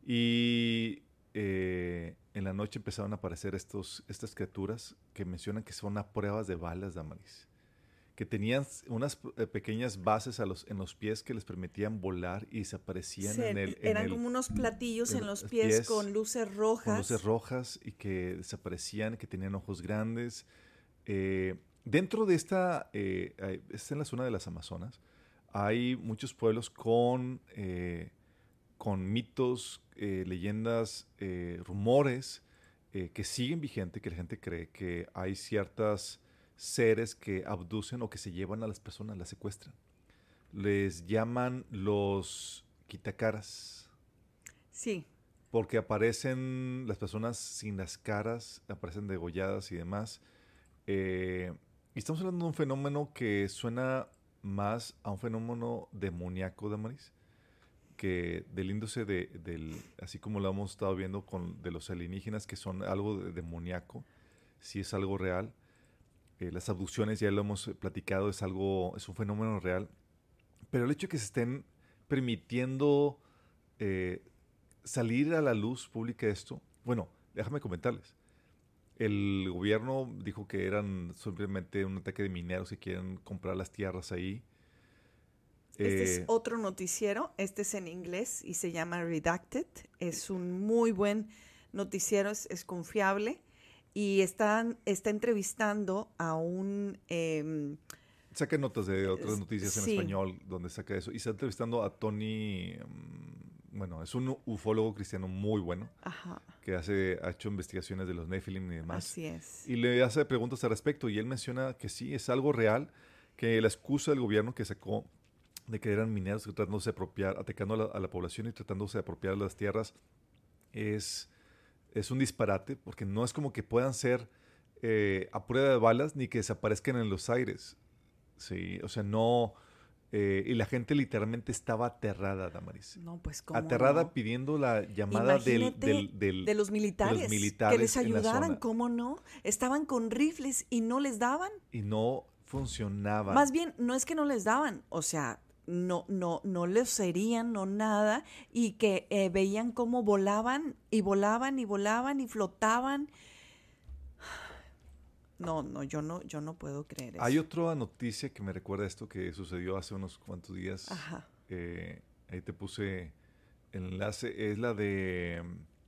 Y eh, en la noche empezaron a aparecer estos, estas criaturas que mencionan que son a pruebas de balas, Damaris. Que tenían unas eh, pequeñas bases a los, en los pies que les permitían volar y desaparecían Sí, en el... En eran el, como unos platillos en, en los los pies, pies con luces rojas. Con luces rojas y que desaparecían, que tenían ojos grandes. Eh, dentro de esta, eh, esta en la zona de las Amazonas, hay muchos pueblos con, eh, con mitos, eh, leyendas, eh, rumores eh, que siguen vigentes, que la gente cree que hay ciertas seres que abducen o que se llevan a las personas, las secuestran. Les llaman los quitacaras. Sí. Porque aparecen las personas sin las caras, aparecen degolladas y demás. Eh, y estamos hablando de un fenómeno que suena más a un fenómeno demoníaco, Damaris, que del índice de, del, así como lo hemos estado viendo con de los alienígenas, que son algo de demoníaco, si es algo real. Eh, las abducciones, ya lo hemos platicado, es algo, es un fenómeno real. Pero el hecho de que se estén permitiendo eh, salir a la luz pública esto, bueno, déjame comentarles. El gobierno dijo que eran simplemente un ataque de mineros que quieren comprar las tierras ahí. Este Eh, es otro noticiero, este es en inglés y se llama Redacted. Es un muy buen noticiero, es, es confiable. Y están, está entrevistando a un... Eh, saca notas de otras noticias en sí. español donde saca eso. Y está entrevistando a Tony, um, bueno, es un ufólogo cristiano muy bueno. Ajá. Que hace, ha hecho investigaciones de los Nephilim y demás. Así es. Y le hace preguntas al respecto. Y él menciona que sí, es algo real, que la excusa del gobierno que sacó de que eran mineros tratándose de apropiar, atacando a la, a la población y tratándose de apropiar las tierras es... es un disparate, porque no es como que puedan ser eh, a prueba de balas ni que desaparezcan en los aires. Sí, o sea, no... Eh, y la gente literalmente estaba aterrada, Damaris. No, pues cómo aterrada no? pidiendo la llamada del, del, del, de los militares, de los militares que les en la ayudaran, zona. ¿cómo no? Estaban con rifles y no les daban. Y no funcionaban. Más bien, no es que no les daban, o sea, no, no, no les herían, no nada, y que eh, veían cómo volaban y volaban y volaban y flotaban. No, no, yo no, yo no puedo creer eso. Hay otra noticia que me recuerda esto que sucedió hace unos cuantos días. Ajá. Eh, ahí te puse el enlace. Es la de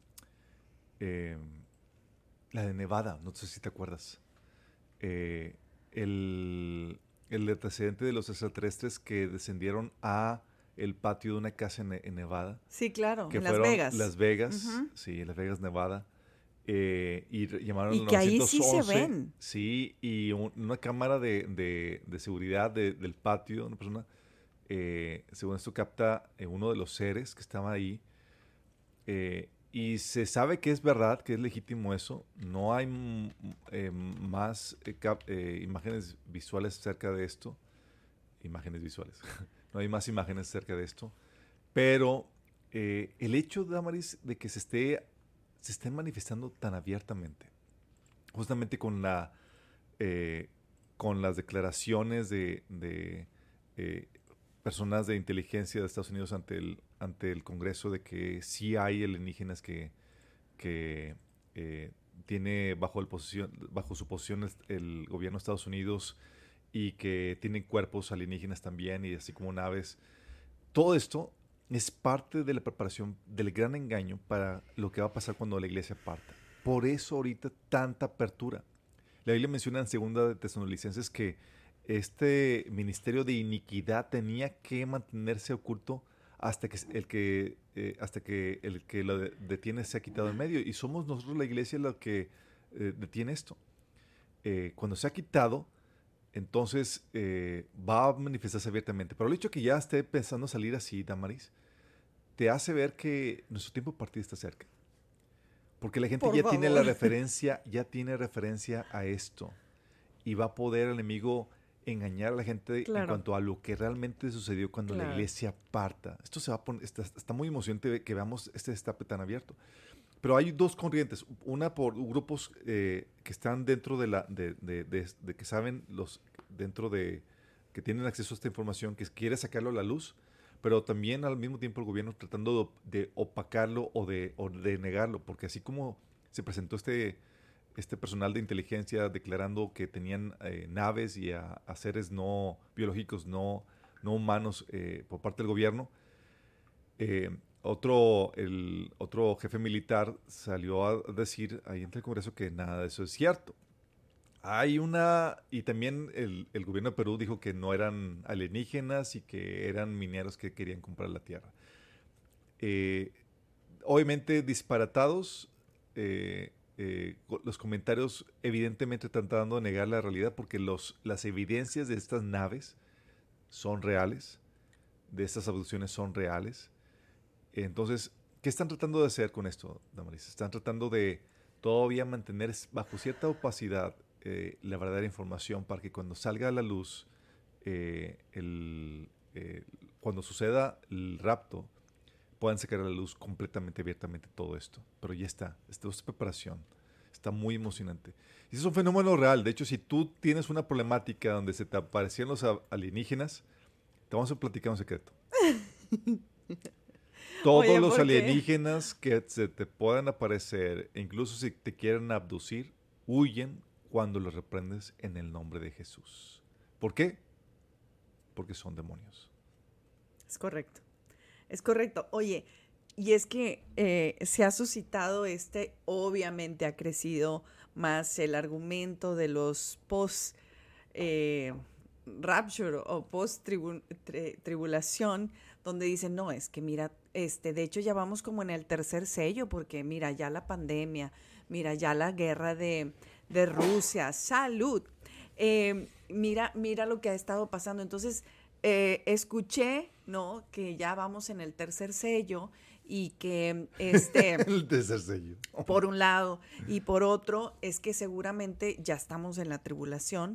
eh, la de Nevada. No sé si te acuerdas. Eh, el, el antecedente de los extraterrestres que descendieron a el patio de una casa en, en Nevada. Sí, claro, que en Las fueron Vegas. Las Vegas, Uh-huh. sí, Las Vegas, Nevada. Eh, y llamaron y al que ahí nueve once. sí se ven. Sí, y un, una cámara de, de, de seguridad de, del patio, una persona, eh, según esto capta eh, uno de los seres que estaba ahí. Eh, y se sabe que es verdad, que es legítimo eso. No hay m- eh, más eh, cap- eh, imágenes visuales acerca de esto. Imágenes visuales. No hay más imágenes acerca de esto. Pero eh, el hecho, Damaris, de que se esté se estén manifestando tan abiertamente, justamente con la eh, con las declaraciones de, de eh, personas de inteligencia de Estados Unidos ante el ante el Congreso de que sí hay alienígenas que que eh, tiene bajo el posición bajo su posición el, el gobierno de Estados Unidos y que tienen cuerpos alienígenas también y así como naves. Todo esto es parte de la preparación del gran engaño para lo que va a pasar cuando la iglesia parta. Por eso ahorita tanta apertura. La Biblia menciona en segunda de Tesalonicenses que este ministerio de iniquidad tenía que mantenerse oculto hasta que el que, eh, hasta que, el que lo detiene se ha quitado en medio. Y somos nosotros la iglesia la que eh, detiene esto. Eh, cuando se ha quitado, entonces eh, va a manifestarse abiertamente. Pero el hecho que ya esté pensando salir así, Damaris, te hace ver que nuestro tiempo de partida está cerca. Porque la gente Por ya favor. tiene la referencia, ya tiene referencia a esto. Y va a poder el enemigo engañar a la gente Claro. en cuanto a lo que realmente sucedió cuando Claro. la iglesia parta. Esto se va a poner, está, está muy emocionante que veamos este destape tan abierto. Pero hay dos corrientes, una por grupos eh, que están dentro de la, de, de, de, de que saben los, dentro de, que tienen acceso a esta información, que quiere sacarlo a la luz, pero también al mismo tiempo el gobierno tratando de, de opacarlo o de, o de negarlo, porque así como se presentó este, este personal de inteligencia declarando que tenían eh, naves y a, a seres no biológicos, no, no humanos eh, por parte del gobierno, eh, Otro, el, otro jefe militar salió a decir ahí entre el Congreso que nada de eso es cierto. Hay una, y también el, el gobierno de Perú dijo que no eran alienígenas y que eran mineros que querían comprar la tierra. Eh, obviamente disparatados, eh, eh, los comentarios evidentemente están tratando de negar la realidad porque los, las evidencias de estas naves son reales, de estas abducciones son reales. Entonces, ¿qué están tratando de hacer con esto, Damaris? Están tratando de todavía mantener bajo cierta opacidad eh, la verdadera información para que cuando salga a la luz, eh, el, eh, cuando suceda el rapto, puedan sacar a la luz completamente abiertamente todo esto. Pero ya está, esto es preparación. Está muy emocionante. Y eso es un fenómeno real. De hecho, si tú tienes una problemática donde se te aparecían los alienígenas, te vamos a platicar un secreto. Todos Oye, los ¿por qué? alienígenas que se te puedan aparecer, e incluso si te quieren abducir, huyen cuando los reprendes en el nombre de Jesús. ¿Por qué? Porque son demonios. Es correcto. Es correcto. Oye, y es que eh, se ha suscitado este, obviamente ha crecido más el argumento de los post eh, rapture o post tribu, tri, tribulación, donde dicen, no, es que mira, este, de hecho ya vamos como en el tercer sello, porque mira, ya la pandemia, mira, ya la guerra de, de Rusia, salud, eh, mira, mira lo que ha estado pasando. Entonces, eh, escuché, ¿no?, que ya vamos en el tercer sello y que, este... el tercer sello. Por un lado, y por otro, es que seguramente ya estamos en la tribulación,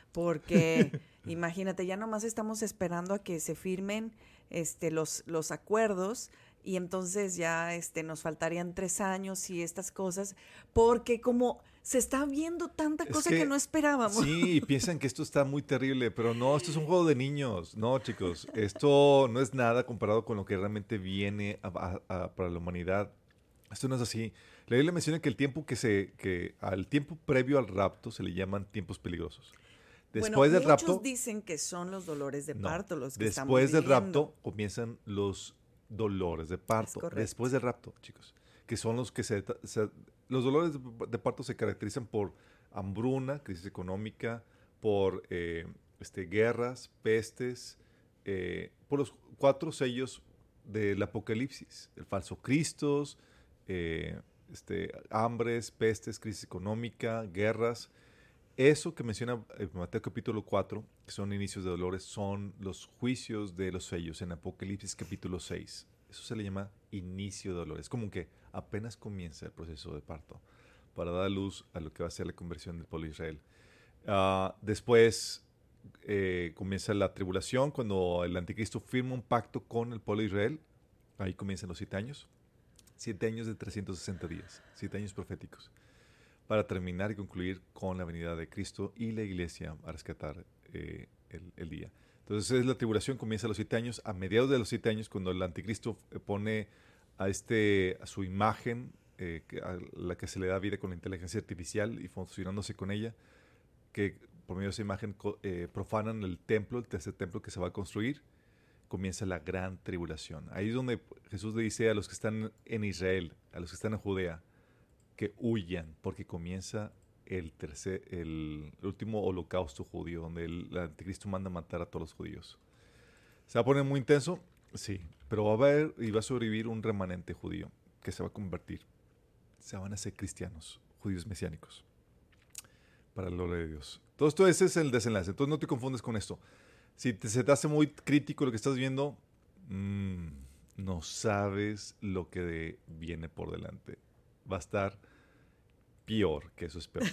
porque imagínate, ya nomás estamos esperando a que se firmen este, los, los acuerdos y entonces ya este, nos faltarían tres años y estas cosas, porque como se está viendo tanta Es cosa que, que no esperábamos. Sí, y piensan que esto está muy terrible, pero no, esto es un juego de niños. No, chicos, esto no es nada comparado con lo que realmente viene a, a, a, para la humanidad. Esto no es así. La Biblia menciona que el tiempo que se, que al tiempo previo al rapto se le llaman tiempos peligrosos. Después Bueno, del muchos rapto, dicen que son los dolores de no, parto los que después estamos del viviendo. rapto comienzan los dolores de parto. correcto. Después del rapto, chicos, que son los que se, se los dolores de, de parto se caracterizan por hambruna, crisis económica, por eh, este, guerras, pestes, eh, por los cuatro sellos del Apocalipsis, el falso Cristo, eh, este, hambres, pestes, crisis económica, guerras. Eso que menciona en Mateo capítulo cuatro, que son inicios de dolores, son los juicios de los sellos en Apocalipsis capítulo seis. Eso se le llama inicio de dolores. Como que apenas comienza el proceso de parto para dar luz a lo que va a ser la conversión del pueblo de Israel. Uh, después eh, comienza la tribulación, cuando el anticristo firma un pacto con el pueblo de Israel. Ahí comienzan los siete años. Siete años de trescientos sesenta días. Siete años proféticos. Para terminar y concluir con la venida de Cristo y la iglesia a rescatar eh, el, el día. Entonces la tribulación comienza a los siete años. A mediados de los siete años, cuando el anticristo pone a, este, a su imagen, eh, a la que se le da vida con la inteligencia artificial y funcionándose con ella, que por medio de esa imagen eh, profanan el templo, el tercer templo que se va a construir, comienza la gran tribulación. Ahí es donde Jesús le dice a los que están en Israel, a los que están en Judea, que huyan, porque comienza el, tercer, el, el último holocausto judío, donde el, el anticristo manda matar a todos los judíos. ¿Se va a poner muy intenso? Sí, pero va a haber y va a sobrevivir un remanente judío que se va a convertir. Se van a hacer cristianos, judíos mesiánicos, para la gloria de Dios. Todo esto, ese es el desenlace. Entonces no te confundes con esto. Si te, se te hace muy crítico lo que estás viendo, mmm, no sabes lo que de, viene por delante. Va a estar peor, que eso es peor.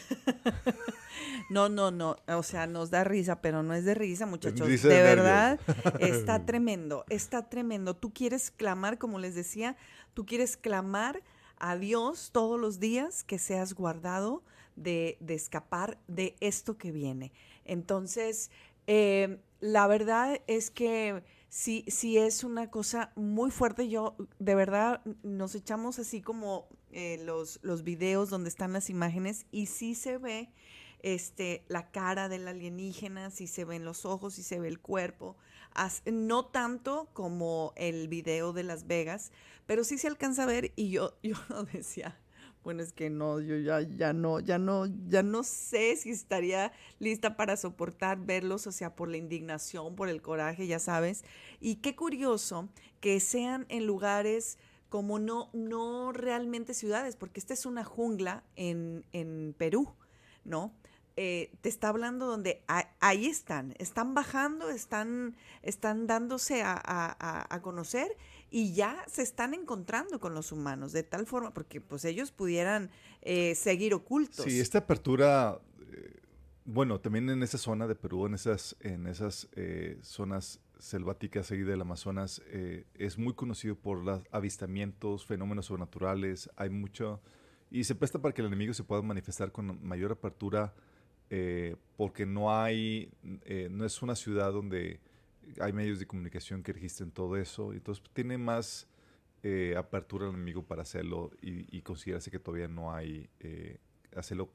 No, no, no, o sea, nos da risa, pero no es de risa, muchachos. Risa de de verdad, nervios. está tremendo, está tremendo. Tú quieres clamar, como les decía, tú quieres clamar a Dios todos los días que seas guardado de, de escapar de esto que viene. Entonces, eh, la verdad es que sí, sí es una cosa muy fuerte. Yo, de verdad, nos echamos así como eh, los, los videos donde están las imágenes y sí se ve este, la cara del alienígena, sí se ven los ojos, sí se ve el cuerpo. As, no tanto como el video de Las Vegas, pero sí se alcanza a ver y yo, yo decía, bueno, es que no, yo ya, ya no, ya no, ya no sé si estaría lista para soportar verlos, o sea, por la indignación, por el coraje, ya sabes. Y qué curioso que sean en lugares como no, no realmente ciudades, porque esta es una jungla en, en Perú, ¿no? Eh, te está hablando donde a, ahí están, están bajando, están, están dándose a, a, a conocer y ya se están encontrando con los humanos de tal forma, porque pues ellos pudieran eh, seguir ocultos. Sí, esta apertura, eh, bueno, también en esa zona de Perú, en esas, en esas eh, zonas selváticas ahí del Amazonas, eh, es muy conocido por los avistamientos, fenómenos sobrenaturales, hay mucho, y se presta para que el enemigo se pueda manifestar con mayor apertura. Eh, porque no hay, eh, no es una ciudad donde hay medios de comunicación que registren todo eso, entonces tiene más eh, apertura al enemigo para hacerlo y, y considerarse que todavía no hay, eh, hacerlo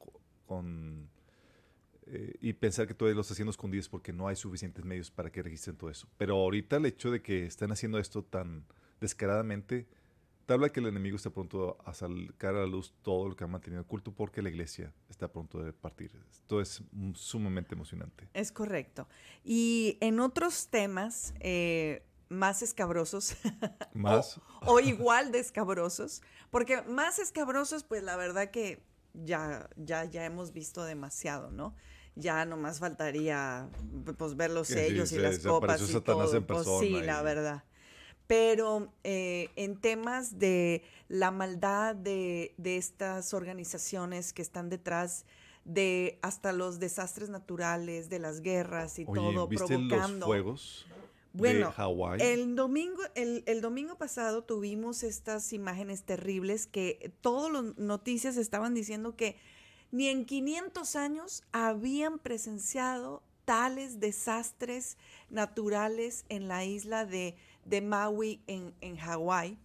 con, eh, y pensar que todavía lo está haciendo escondidos porque no hay suficientes medios para que registren todo eso. Pero ahorita el hecho de que estén haciendo esto tan descaradamente, te habla que el enemigo está pronto a sacar a la luz todo lo que ha mantenido oculto porque la iglesia está pronto de partir. Esto es sumamente emocionante. Es correcto. Y en otros temas eh, más escabrosos, ¿Más? o, o igual de escabrosos, porque más escabrosos, pues la verdad que ya, ya, ya hemos visto demasiado, ¿no? Ya nomás faltaría pues ver los sellos sí, y se, las se copas y Satanás todo. En persona Pues sí, y... la verdad. Pero eh, en temas de la maldad de, de estas organizaciones que están detrás de hasta los desastres naturales, de las guerras y Oye, todo, ¿viste provocando. los fuegos bueno, de Hawái? El domingo, el, el domingo pasado tuvimos estas imágenes terribles que todas las noticias estaban diciendo que ni en quinientos años habían presenciado tales desastres naturales en la isla de de Maui en, en Hawái.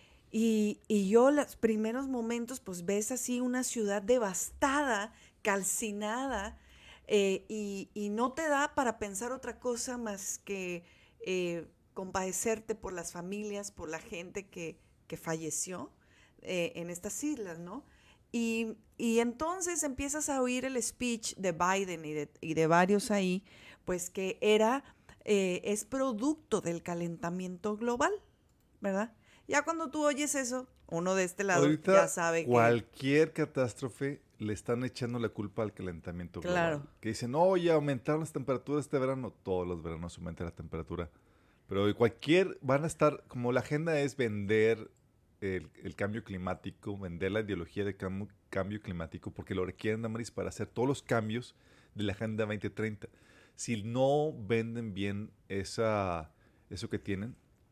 Y, y yo los primeros momentos, pues ves así una ciudad devastada, calcinada, eh, y, y no te da para pensar otra cosa más que eh, compadecerte por las familias, por la gente que, que falleció eh, en estas islas, ¿no? Y, y entonces empiezas a oír el speech de Biden y de, y de varios ahí, pues que era... Eh, es producto del calentamiento global, ¿verdad? Ya cuando tú oyes eso, uno de este lado ahorita ya sabe que... cualquier catástrofe le están echando la culpa al calentamiento global. Claro. Que dicen, no, ya aumentaron las temperaturas este verano. Todos los veranos aumenta la temperatura. Pero cualquier, van a estar, como la agenda es vender el, el cambio climático, vender la ideología de cambio, cambio climático, porque lo requieren, Damaris, para hacer todos los cambios de la Agenda veinte treinta. Si no venden bien esa, eso que tienen,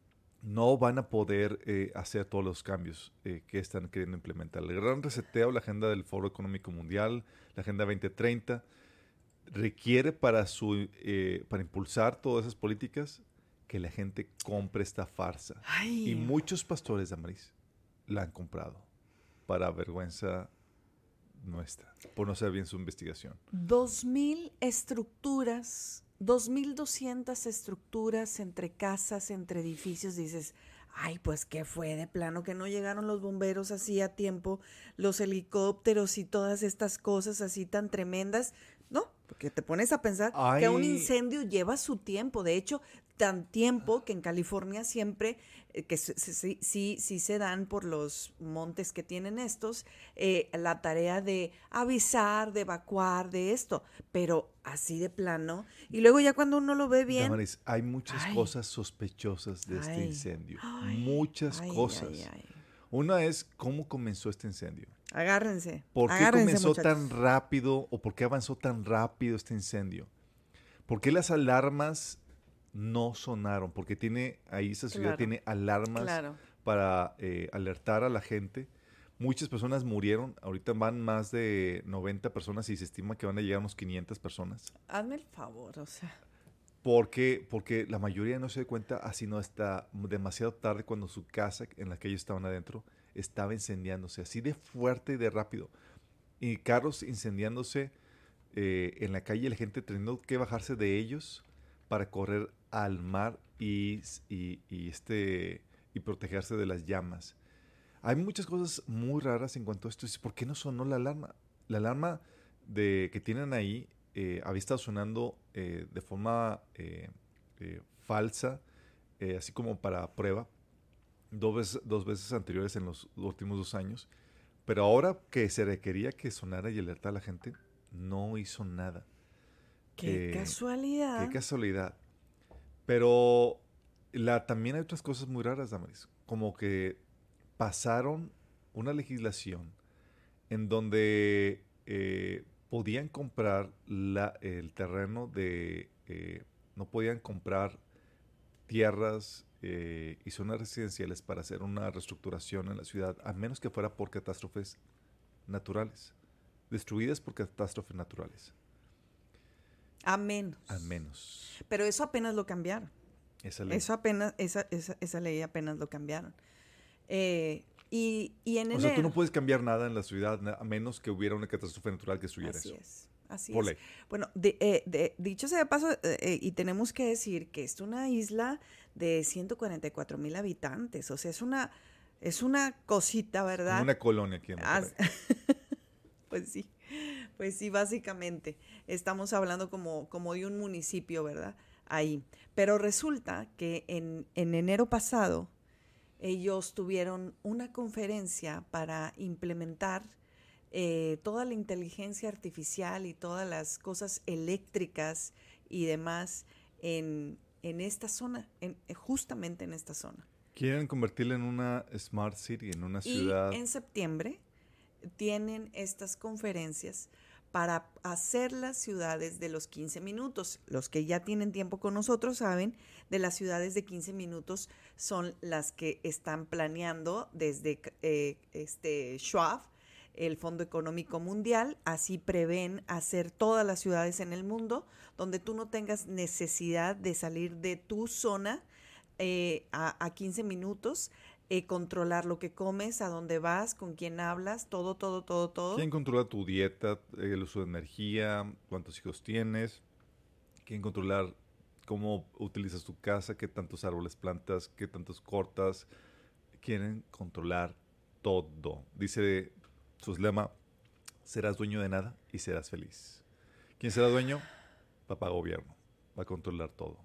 no van a poder eh, hacer todos los cambios eh, que están queriendo implementar. El gran reseteo, la agenda del Foro Económico Mundial, la Agenda veinte treinta, requiere para, su, eh, para impulsar todas esas políticas que la gente compre esta farsa. Ay. Y muchos pastores, Damaris, la han comprado para vergüenza nuestra, por no hacer bien su investigación. Dos mil estructuras, dos mil doscientas estructuras entre casas, entre edificios, dices, ay, pues qué fue de plano que no llegaron los bomberos así a tiempo, los helicópteros y todas estas cosas así tan tremendas, ¿no? Porque te pones a pensar ay. que un incendio lleva su tiempo, de hecho, tan tiempo que en California siempre, eh, que sí, sí, sí, sí se dan por los montes que tienen estos, eh, la tarea de avisar, de evacuar, de esto, pero así de plano, y luego ya cuando uno lo ve bien... Damaris, hay muchas ay. cosas sospechosas de Ay. este incendio, Ay. muchas Ay, cosas. ay, ay. Una es cómo comenzó este incendio. Agárrense. ¿Por qué agárrense, comenzó muchachos. tan rápido o por qué avanzó tan rápido este incendio? ¿Por qué las alarmas no sonaron? Porque tiene, ahí esa ciudad Claro. tiene alarmas Claro. para eh, alertar a la gente. Muchas personas murieron. Ahorita van más de noventa personas y se estima que van a llegar unos quinientas personas. Hazme el favor, o sea. Porque, porque la mayoría no se da cuenta, así no está demasiado tarde cuando su casa en la que ellos estaban adentro estaba incendiándose, así de fuerte y de rápido. Y carros incendiándose eh, en la calle, la gente teniendo que bajarse de ellos para correr al mar y, y, y, este, y protegerse de las llamas. Hay muchas cosas muy raras en cuanto a esto. ¿Por qué no sonó la alarma? La alarma de, que tienen ahí eh, había estado sonando eh, de forma eh, eh, falsa, eh, así como para prueba, dos veces, dos veces anteriores en los últimos dos años. Pero ahora que se requería que sonara y alertara a la gente, no hizo nada. Qué Eh, casualidad. Qué casualidad. Pero la, también hay otras cosas muy raras, Damaris. Como que pasaron una legislación en donde eh, podían comprar la, el terreno de... Eh, no podían comprar tierras eh, y zonas residenciales para hacer una reestructuración en la ciudad, a menos que fuera por catástrofes naturales. Destruidas por catástrofes naturales. A menos. A menos. Pero eso apenas lo cambiaron. Esa ley. Eso apenas, esa, esa, esa ley apenas lo cambiaron. Eh, y, y en O enero... sea, tú no puedes cambiar nada en la ciudad a menos que hubiera una catástrofe natural que destruyera Así eso. es, así Por es. ley. Bueno, de, eh, de, dicho sea de paso, eh, eh, y tenemos que decir que es una isla de ciento cuarenta y cuatro mil habitantes. O sea, es una, es una cosita, ¿verdad? Como una colonia aquí en As- Monterrey. Pues sí, pues sí, básicamente. Estamos hablando como, como de un municipio, ¿verdad? Ahí. Pero resulta que en, en enero pasado ellos tuvieron una conferencia para implementar eh, toda la inteligencia artificial y todas las cosas eléctricas y demás en, en esta zona, en, justamente en esta zona. Quieren convertirla en una smart city, en una ciudad. Y en septiembre tienen estas conferencias para hacer las ciudades de los quince minutos. Los que ya tienen tiempo con nosotros saben, de las ciudades de quince minutos son las que están planeando desde eh, este Schwab, el Fondo Económico Mundial. Así prevén hacer todas las ciudades en el mundo donde tú no tengas necesidad de salir de tu zona eh, a, a quince minutos. Eh, controlar lo que comes, a dónde vas, con quién hablas, todo, todo, todo, todo. ¿Quién controla tu dieta, el uso de energía, cuántos hijos tienes? ¿Quién controlar cómo utilizas tu casa, qué tantos árboles plantas, qué tantos cortas? Quieren controlar todo. Dice su lema, serás dueño de nada y serás feliz. ¿Quién será dueño? Papá gobierno. Va a controlar todo.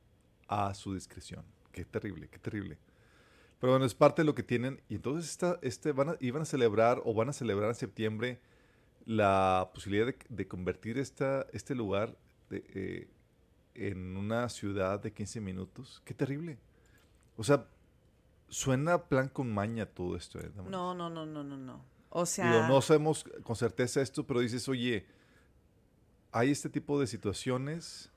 A su discreción. Qué terrible, qué terrible. Pero bueno, es parte de lo que tienen. Y entonces esta, este van a, iban a celebrar o van a celebrar en septiembre la posibilidad de, de convertir esta, este lugar de, eh, en una ciudad de quince minutos. Qué terrible. O sea, suena plan con maña todo esto. ¿eh? No, no, no, no, no, no. O sea... Digo, no sabemos con certeza esto, pero dices, oye, hay este tipo de situaciones...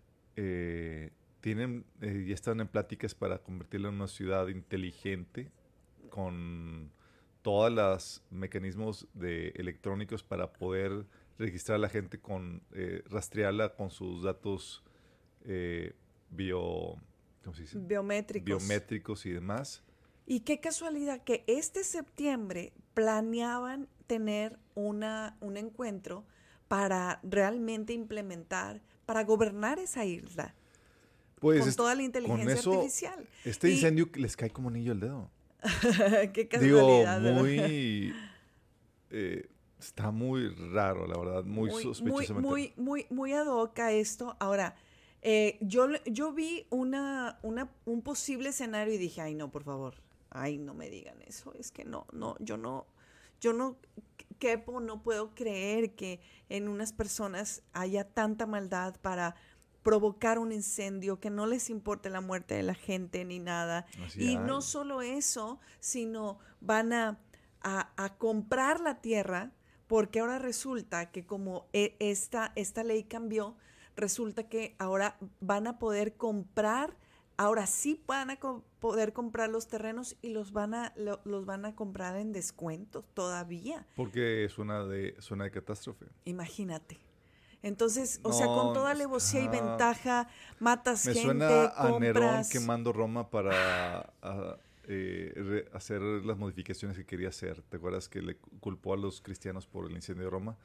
Eh, Tienen, eh, ya están en pláticas para convertirla en una ciudad inteligente con todos los mecanismos de electrónicos para poder registrar a la gente, con eh, rastrearla con sus datos eh, bio, ¿cómo se dice? biométricos. biométricos y demás. Y qué casualidad que este septiembre planeaban tener una, un encuentro para realmente implementar, para gobernar esa isla. Pues con est- toda la inteligencia con eso, artificial. Este Y- incendio les cae como anillo al dedo. qué Digo, casualidad. ¿verdad? muy... eh, está muy raro, la verdad, muy, muy, sospechosamente. muy, muy, muy ad hoc a esto. Ahora, eh, yo, yo vi una, una, un posible escenario y dije, ay, no, por favor, ay, no me digan eso. Es que no, no, yo no, yo no quepo, no puedo creer que en unas personas haya tanta maldad para provocar un incendio, que no les importe la muerte de la gente ni nada. Así y hay. no solo eso, sino van a, a, a comprar la tierra, porque ahora resulta que como e, esta, esta ley cambió, resulta que ahora van a poder comprar, ahora sí van a co- poder comprar los terrenos y los van a lo, los van a comprar en descuento todavía. Porque suena de, suena de catástrofe. Imagínate. Entonces, o No, sea, con toda está- alevosía y ventaja, matas Me gente, suena a compras. Nerón quemando Roma para a, eh, re- hacer las modificaciones que quería hacer. ¿Te acuerdas que le culpó a los cristianos por el incendio de Roma?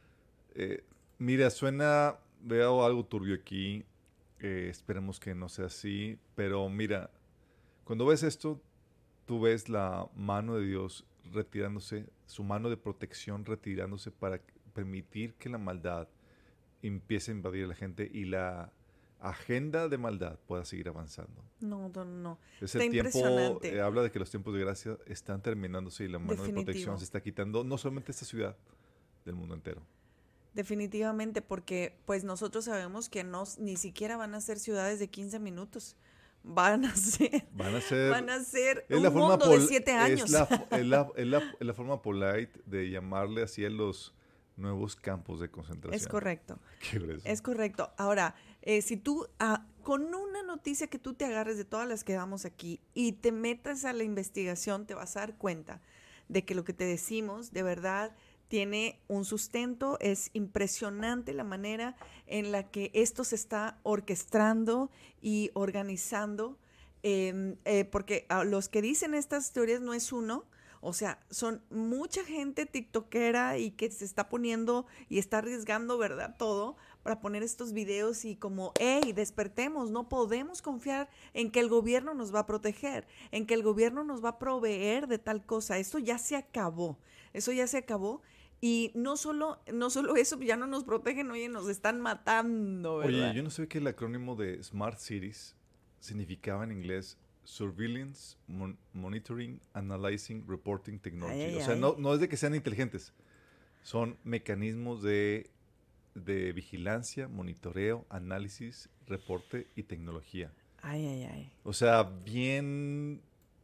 Eh, mira, suena, veo algo turbio aquí. Eh, esperemos que no sea así. Pero mira, cuando ves esto, tú ves la mano de Dios retirándose, su mano de protección retirándose para permitir que la maldad empiece a invadir a la gente y la agenda de maldad pueda seguir avanzando. No, no, no. Es Está el tiempo, impresionante. eh, habla de que los tiempos de gracia están terminándose y la mano de Definitivo. protección se está quitando, no solamente esta ciudad, del mundo entero. Definitivamente, porque pues nosotros sabemos que no, ni siquiera van a ser ciudades de quince minutos. Van a ser, Van a ser, van a ser es un la forma mundo de pol- siete años. Es la, es la- es la- es la forma polite de llamarle así a los nuevos campos de concentración. Es correcto. Qué grueso. Es correcto. Ahora, eh, si tú, ah, con una noticia que tú te agarres de todas las que damos aquí y te metas a la investigación, te vas a dar cuenta de que lo que te decimos, de verdad, tiene un sustento. Es impresionante la manera en la que esto se está orquestando y organizando, eh, eh, porque a los que dicen estas teorías no es uno. O sea, son mucha gente tiktokera y que se está poniendo y está arriesgando, ¿verdad? Todo para poner estos videos y como, hey, despertemos, no podemos confiar en que el gobierno nos va a proteger, en que el gobierno nos va a proveer de tal cosa. Esto ya se acabó, eso ya se acabó. Y no solo, no solo eso, ya no nos protegen, oye, nos están matando, ¿verdad? Oye, yo no sé qué el acrónimo de Smart Cities significaba en inglés. Surveillance, mon- Monitoring, Analyzing, Reporting Technology. Ay, ay, o sea, ay. no, no es de que sean inteligentes. Son mecanismos de, de vigilancia, monitoreo, análisis, reporte y tecnología. Ay, ay, ay. O sea, bien...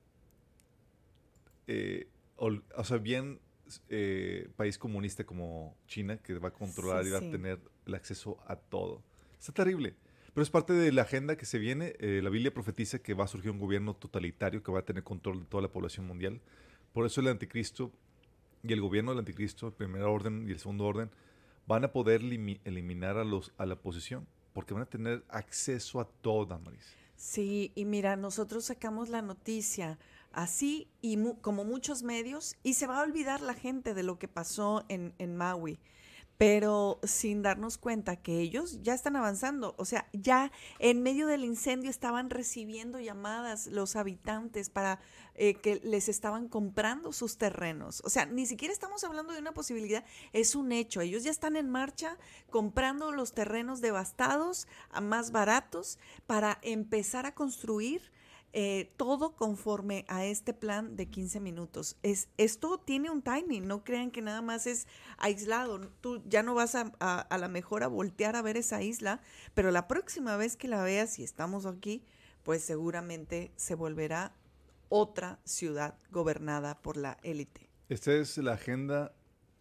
eh, ol- o sea, bien eh, país comunista como China, que va a controlar Sí, y va sí. a tener el acceso a todo. Está terrible. Pero es parte de la agenda que se viene. Eh, la Biblia profetiza que va a surgir un gobierno totalitario que va a tener control de toda la población mundial. Por eso el anticristo y el gobierno del anticristo, el primer orden y el segundo orden, van a poder limi- eliminar a, los, a la oposición, porque van a tener acceso a toda, Maris. Sí, y mira, nosotros sacamos la noticia así y mu- como muchos medios y se va a olvidar la gente de lo que pasó en, en Maui, pero sin darnos cuenta que ellos ya están avanzando. O sea, ya en medio del incendio estaban recibiendo llamadas los habitantes para eh, que les estaban comprando sus terrenos. O sea, ni siquiera estamos hablando de una posibilidad, es un hecho. Ellos ya están en marcha comprando los terrenos devastados a más baratos para empezar a construir eh, todo conforme a este plan de quince minutos. Es, esto tiene un timing, no crean que nada más es aislado. Tú ya no vas a, a, a la mejor a voltear a ver esa isla, pero la próxima vez que la veas, si estamos aquí, pues seguramente se volverá otra ciudad gobernada por la élite. Esta es la agenda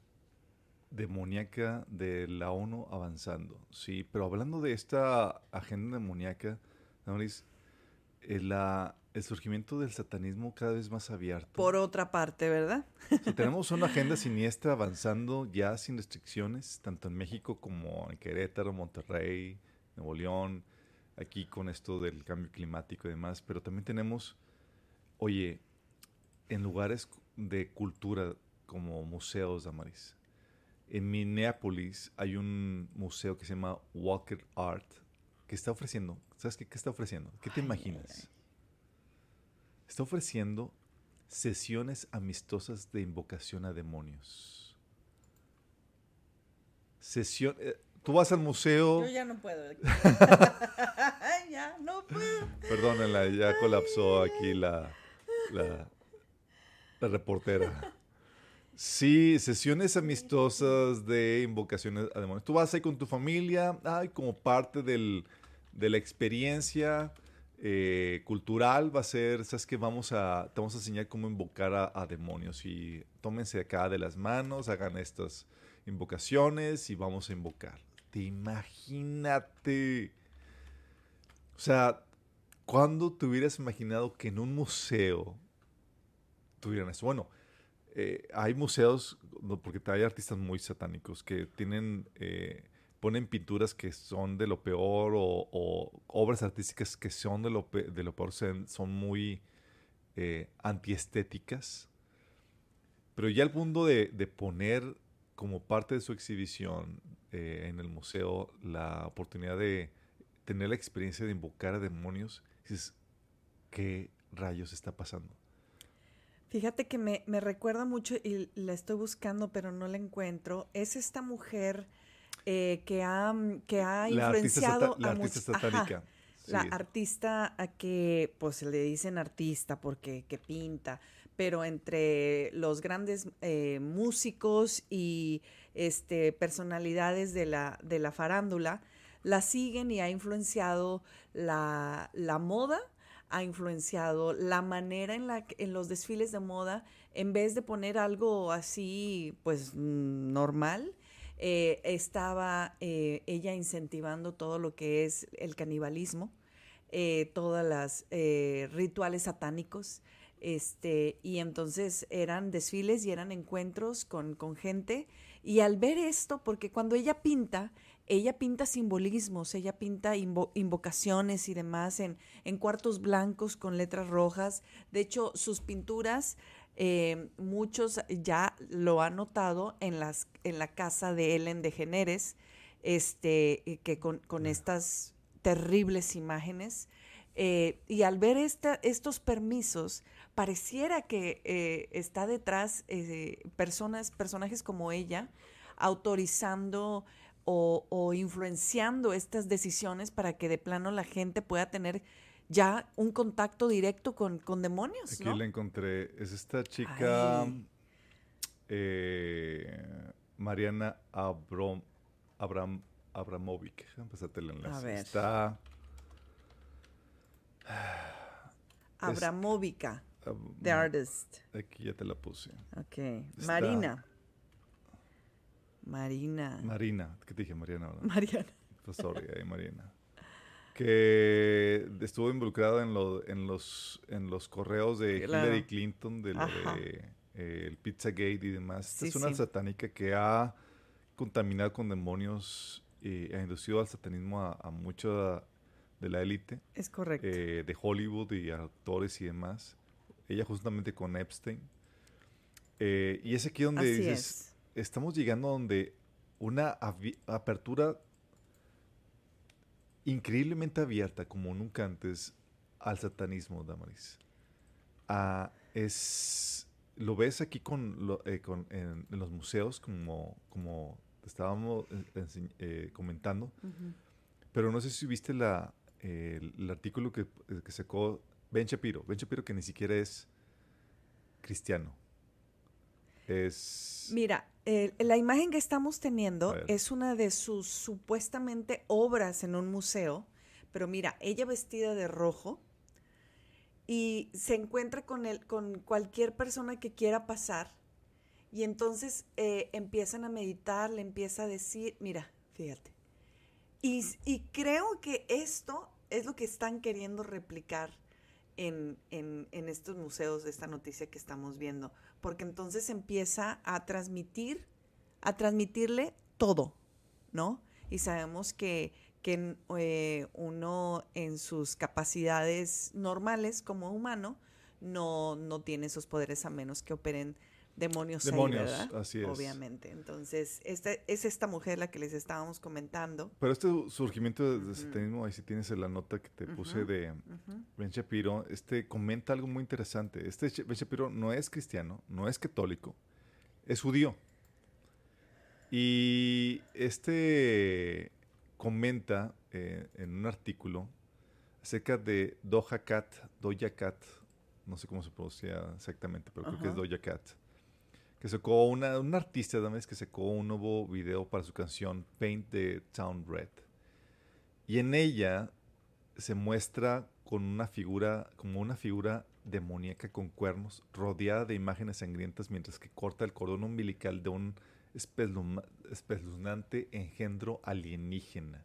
demoníaca de la ONU avanzando, sí, pero hablando de esta agenda demoníaca, Damaris, eh, la, el surgimiento del satanismo cada vez más abierto. Por otra parte, ¿verdad? O sea, tenemos una agenda siniestra avanzando ya sin restricciones, tanto en México como en Querétaro, Monterrey, Nuevo León, aquí con esto del cambio climático y demás, pero también tenemos, oye, en lugares de cultura como museos, Damaris. En Minneapolis hay un museo que se llama Walker Art, que está ofreciendo, ¿sabes qué, qué está ofreciendo? ¿Qué te Ay, imaginas? ay, ay. Está ofreciendo sesiones amistosas de invocación a demonios. Sesión, eh, tú vas al museo, Yo ya no puedo. Ya no puedo. perdónenla, ya colapsó aquí la, la, la reportera. Sí, sesiones amistosas de invocaciones a demonios. Tú vas ahí con tu familia, ay, como parte del, de la experiencia, Eh, cultural va a ser, ¿sabes qué? Vamos a, te vamos a enseñar cómo invocar a, a demonios. Y tómense acá de las manos, hagan estas invocaciones y vamos a invocar. Te imagínate. O sea, ¿cuándo te hubieras imaginado que en un museo tuvieran eso? Bueno, eh, hay museos, no, porque hay artistas muy satánicos que tienen, eh, ponen pinturas que son de lo peor o, o obras artísticas que son de lo, pe de lo peor, son, son muy eh, antiestéticas. Pero ya el punto de, de poner como parte de su exhibición eh, en el museo la oportunidad de tener la experiencia de invocar a demonios, dices, ¿qué rayos está pasando? Fíjate que me, me recuerda mucho, y la estoy buscando, pero no la encuentro. Es esta mujer eh, que ha, que ha La influenciado artista, la a artista much- satánica. Ajá, Sí. la artista a que, pues le dicen artista porque que pinta, pero entre los grandes eh, músicos y este, personalidades de la, de la farándula, la siguen y ha influenciado la, la moda, ha influenciado la manera en la que en los desfiles de moda, en vez de poner algo así, pues mm, normal, eh, estaba eh, ella incentivando todo lo que es el canibalismo, eh, todas las eh, rituales satánicos, este, y entonces eran desfiles y eran encuentros con, con gente, y al ver esto, porque cuando ella pinta, ella pinta simbolismos, ella pinta invo invocaciones y demás en, en cuartos blancos con letras rojas. De hecho, sus pinturas, eh, muchos ya lo han notado en, las, en la casa de Ellen DeGeneres, este, que con, con estas terribles imágenes. Eh, y al ver esta, estos permisos, pareciera que eh, está detrás eh, personas, personajes como ella, autorizando o, o influenciando estas decisiones para que de plano la gente pueda tener ya un contacto directo con, con demonios, Aquí ¿no? la encontré. Es esta chica, Ay. eh, Mariana Abram, Abram, Abramovic. Empezate el A enlace. ver. Está... Abramovica, um, the artist. Aquí ya te la puse. Ok. Está- Marina. Marina. Marina. ¿Qué te dije? Mariana. ¿verdad? Mariana. Pues sorry, ahí, Mariana. Que estuvo involucrada en, lo, en, los, en los correos de Claro. Hillary Clinton, de lo Ajá. de eh, el Pizzagate y demás. Esta Sí, es una sí. satánica que ha contaminado con demonios y ha inducido al satanismo a, a mucha de la élite Es correcto. eh, de Hollywood y actores y demás. Ella justamente con Epstein. Eh, y es aquí donde Así dices, es. estamos llegando a donde una avi- apertura increíblemente abierta, como nunca antes, al satanismo, Damaris. Ah, es, lo ves aquí con, lo- eh, con- en, en los museos, como, como te estábamos eh, ense- eh, comentando, Ujú. pero no sé si viste la, eh, el, el artículo que, que sacó Ben Shapiro. Ben Shapiro, que ni siquiera es cristiano. Es... Mira, eh, la imagen que estamos A teniendo ver. es una de sus supuestamente obras en un museo, pero mira, ella vestida de rojo y se encuentra con, el, con cualquier persona que quiera pasar y entonces eh, empiezan a meditar, le empieza a decir, mira, fíjate. Y, y creo que esto es lo que están queriendo replicar en, en, en estos museos de esta noticia que estamos viendo, porque entonces empieza a transmitir, a transmitirle todo, ¿no? Y sabemos que, que eh, uno en sus capacidades normales como humano no, no tiene esos poderes a menos que operen demonios, Demonios, ahí, ¿verdad? así es. Obviamente. Entonces, esta, es esta mujer la que les estábamos comentando. Pero este surgimiento de, de Ujú. satanismo, ahí sí tienes la nota que te puse Ujú. de Ujú. Ben Shapiro, este comenta algo muy interesante. Este Sh- Ben Shapiro no es cristiano, no es católico, es judío. Y este comenta eh, en un artículo acerca de Doja Cat, Doja Cat, no sé cómo se pronuncia exactamente, pero creo que es Ajá. Doja Cat, que sacó una, un artista además que sacó un nuevo video para su canción Paint the Town Red. Y en ella se muestra con una figura, como una figura demoníaca con cuernos, rodeada de imágenes sangrientas, mientras que corta el cordón umbilical de un espelum- espeluznante engendro alienígena.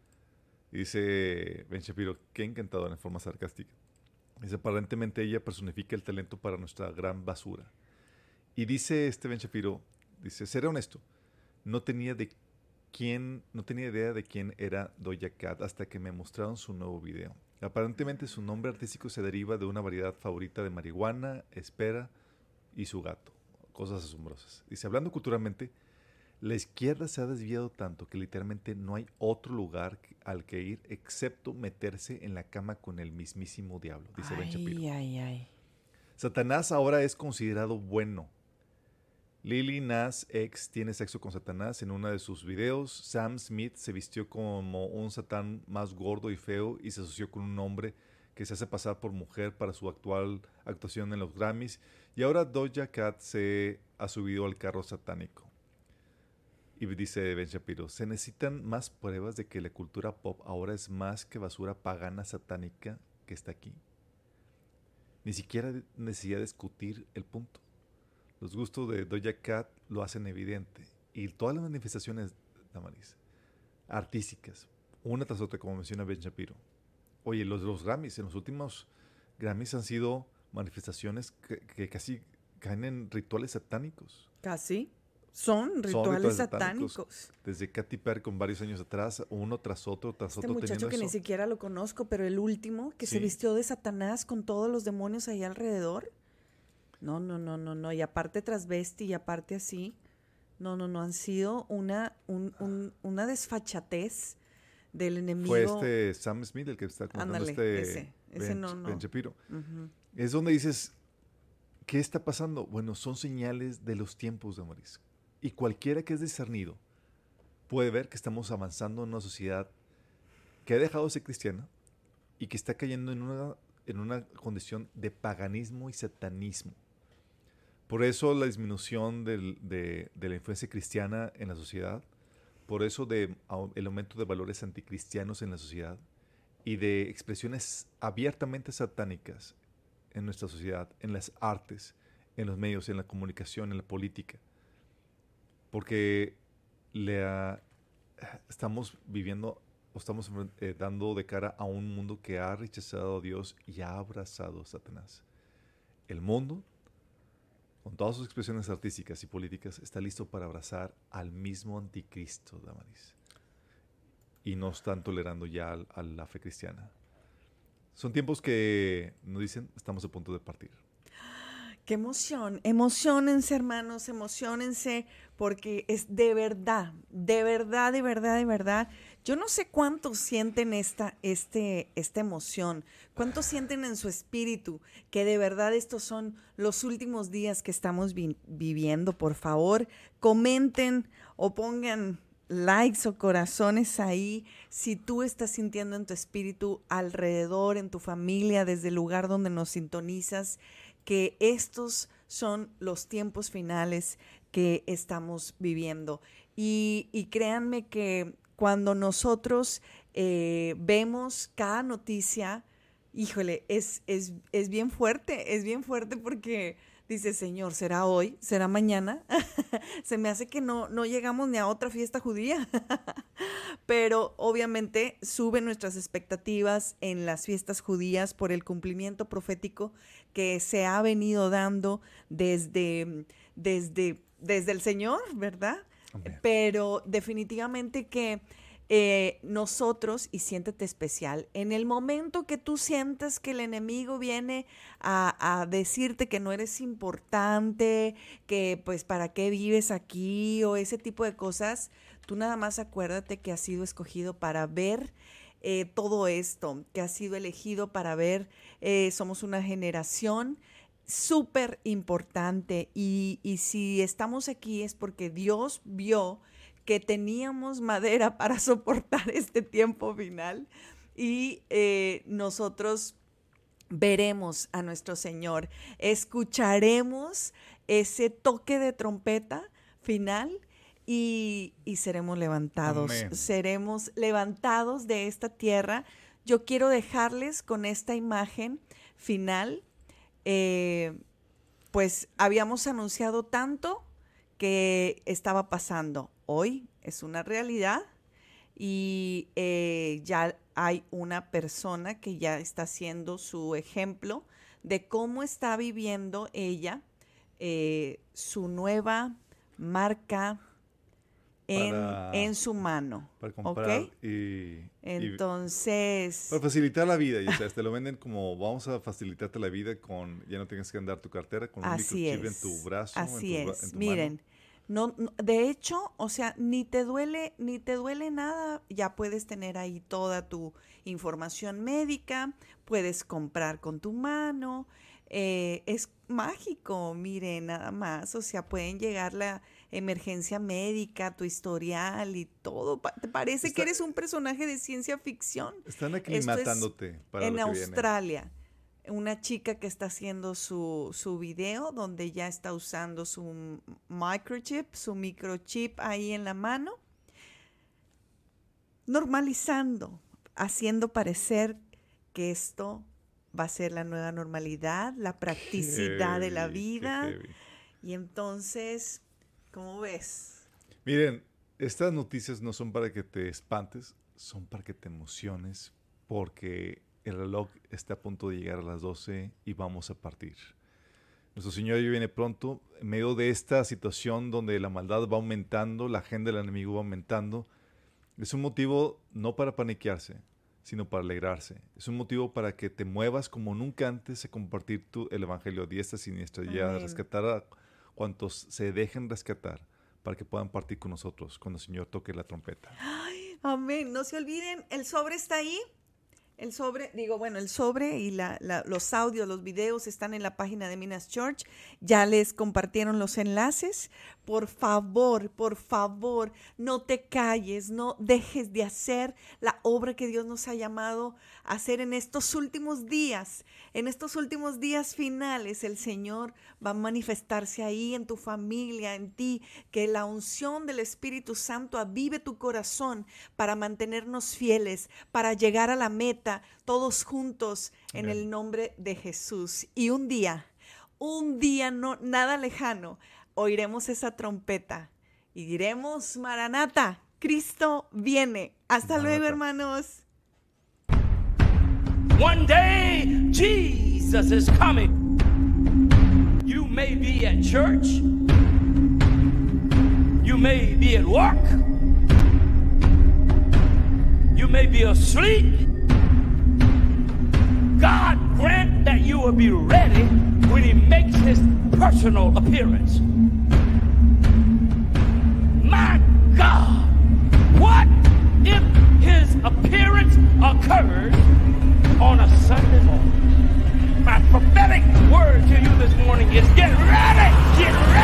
Dice Ben Shapiro, qué encantador en forma sarcástica. Dice, aparentemente ella personifica el talento para nuestra gran basura. Y dice este Ben Shapiro, dice, seré honesto, no tenía de quién, no tenía idea de quién era Doja Cat hasta que me mostraron su nuevo video. Aparentemente su nombre artístico se deriva de una variedad favorita de marihuana, espera y su gato. Cosas asombrosas. Dice, hablando culturalmente, la izquierda se ha desviado tanto que literalmente no hay otro lugar al que ir excepto meterse en la cama con el mismísimo diablo, dice Ben Shapiro. Ay, ay, ay. Satanás ahora es considerado bueno. Lil Nas X tiene sexo con Satanás en uno de sus videos. Sam Smith se vistió como un satán más gordo y feo y se asoció con un hombre que se hace pasar por mujer para su actual actuación en los Grammys. Y ahora Doja Cat se ha subido al carro satánico. Y dice Ben Shapiro, se necesitan más pruebas de que la cultura pop ahora es más que basura pagana satánica que está aquí. Ni siquiera necesidad de discutir el punto. Los gustos de Doja Cat lo hacen evidente. Y todas las manifestaciones, Damaris, artísticas, una tras otra, como menciona Ben Shapiro. Oye, los, los Grammys, en los últimos Grammys han sido manifestaciones que, que casi caen en rituales satánicos. Casi. Son rituales, Son rituales satánicos. satánicos. Desde Katy Perry con varios años atrás, uno tras otro, tras este otro. Este muchacho que eso. ni siquiera lo conozco, pero el último que sí. se vistió de Satanás con todos los demonios ahí alrededor. No, no, no, no, no. Y aparte transvesti y aparte así. No, no, no. Han sido una, un, un, una desfachatez del enemigo. Fue este Sam Smith el que está contando Ándale, este ese, ese Ben, no, no. Ben Shapiro. Uh-huh. Es donde dices, ¿qué está pasando? Bueno, son señales de los tiempos, Damaris. Y cualquiera que es discernido puede ver que estamos avanzando en una sociedad que ha dejado de ser cristiana y que está cayendo en una, en una condición de paganismo y satanismo. Por eso la disminución del, de, de la influencia cristiana en la sociedad, por eso de, el aumento de valores anticristianos en la sociedad y de expresiones abiertamente satánicas en nuestra sociedad, en las artes, en los medios, en la comunicación, en la política. Porque le ha, estamos viviendo o estamos eh, dando de cara a un mundo que ha rechazado a Dios y ha abrazado a Satanás. El mundo, con todas sus expresiones artísticas y políticas, está listo para abrazar al mismo anticristo, Damaris. Y no están tolerando ya a, a la fe cristiana. Son tiempos que nos dicen, estamos a punto de partir. ¡Qué emoción! Emociónense, hermanos, emociónense, porque es de verdad, de verdad, de verdad, de verdad. Yo no sé cuántos sienten esta, este, esta emoción, cuántos sienten en su espíritu que de verdad estos son los últimos días que estamos vi- viviendo. Por favor, comenten o pongan likes o corazones ahí si tú estás sintiendo en tu espíritu alrededor, en tu familia, desde el lugar donde nos sintonizas, que estos son los tiempos finales que estamos viviendo. Y, y créanme que cuando nosotros eh, vemos cada noticia, híjole, es, es, es bien fuerte, es bien fuerte porque dice, Señor, ¿será hoy? ¿Será mañana? Se me hace que no, no llegamos ni a otra fiesta judía. Pero obviamente suben nuestras expectativas en las fiestas judías por el cumplimiento profético que se ha venido dando desde, desde, desde el Señor, ¿verdad? Okay. Pero definitivamente que eh, nosotros, y siéntete especial, en el momento que tú sientas que el enemigo viene a, a decirte que no eres importante, que pues para qué vives aquí o ese tipo de cosas, tú nada más acuérdate que has sido escogido para ver eh, todo esto, que has sido elegido para ver, eh, somos una generación súper importante y, y si estamos aquí es porque Dios vio que teníamos madera para soportar este tiempo final y eh, nosotros veremos a nuestro Señor, escucharemos ese toque de trompeta final y, y seremos levantados, Amén. seremos levantados de esta tierra. yo quiero dejarles con esta imagen final. Eh, pues habíamos anunciado tanto que estaba pasando. Hoy es una realidad y eh, ya hay una persona que ya está haciendo su ejemplo de cómo está viviendo ella eh, su nueva marca en, para, en su mano. Para comprar ¿Okay? y, Entonces... Y para facilitar la vida, ya sabes, te lo venden como vamos a facilitarte la vida con, ya no tengas que andar tu cartera con un así microchip es, en tu brazo, así en tu, es. en tu Miren, mano. No, no, de hecho, o sea, ni te duele, ni te duele nada, ya puedes tener ahí toda tu información médica, puedes comprar con tu mano, eh, es mágico, miren, nada más, o sea, pueden llegar la emergencia médica, tu historial y todo, te parece Está, que eres un personaje de ciencia ficción. Están aclimatándote para en lo que Australia. Viene. Una chica que está haciendo su, su video donde ya está usando su microchip, su microchip ahí en la mano, normalizando, haciendo parecer que esto va a ser la nueva normalidad, la practicidad heavy, de la vida. Y entonces, ¿cómo ves? Miren, estas noticias no son para que te espantes, son para que te emociones, porque el reloj está a punto de llegar a las doce y vamos a partir. Nuestro Señor ya viene pronto. En medio de esta situación donde la maldad va aumentando, la agenda del enemigo va aumentando, es un motivo no para paniquearse, sino para alegrarse. Es un motivo para que te muevas como nunca antes a compartir tu, el Evangelio a diestra y siniestra y a rescatar a cuantos se dejen rescatar para que puedan partir con nosotros cuando el Señor toque la trompeta. Ay, amén. No se olviden, el sobre está ahí. El sobre, digo, bueno, el sobre y la, la, los audios, los videos están en la página de Minas Church. Ya les compartieron los enlaces. Por favor, por favor, no te calles, no dejes de hacer la obra que Dios nos ha llamado a hacer en estos últimos días. En estos últimos días finales, el Señor va a manifestarse ahí en tu familia, en ti. Que la unción del Espíritu Santo avive tu corazón para mantenernos fieles, para llegar a la meta, todos juntos en Amén. El nombre de Jesús. Y un día, un día no nada lejano, oiremos esa trompeta y diremos, Maranata, Cristo viene. Hasta Maranata. Luego, hermanos. One day, Jesus is coming. You may be at church. You may be at work. You may be asleep. God grant that you will be ready when He makes His personal appearance. My God, what if His appearance occurs on a Sunday morning? My prophetic word to you this morning is get ready, get ready.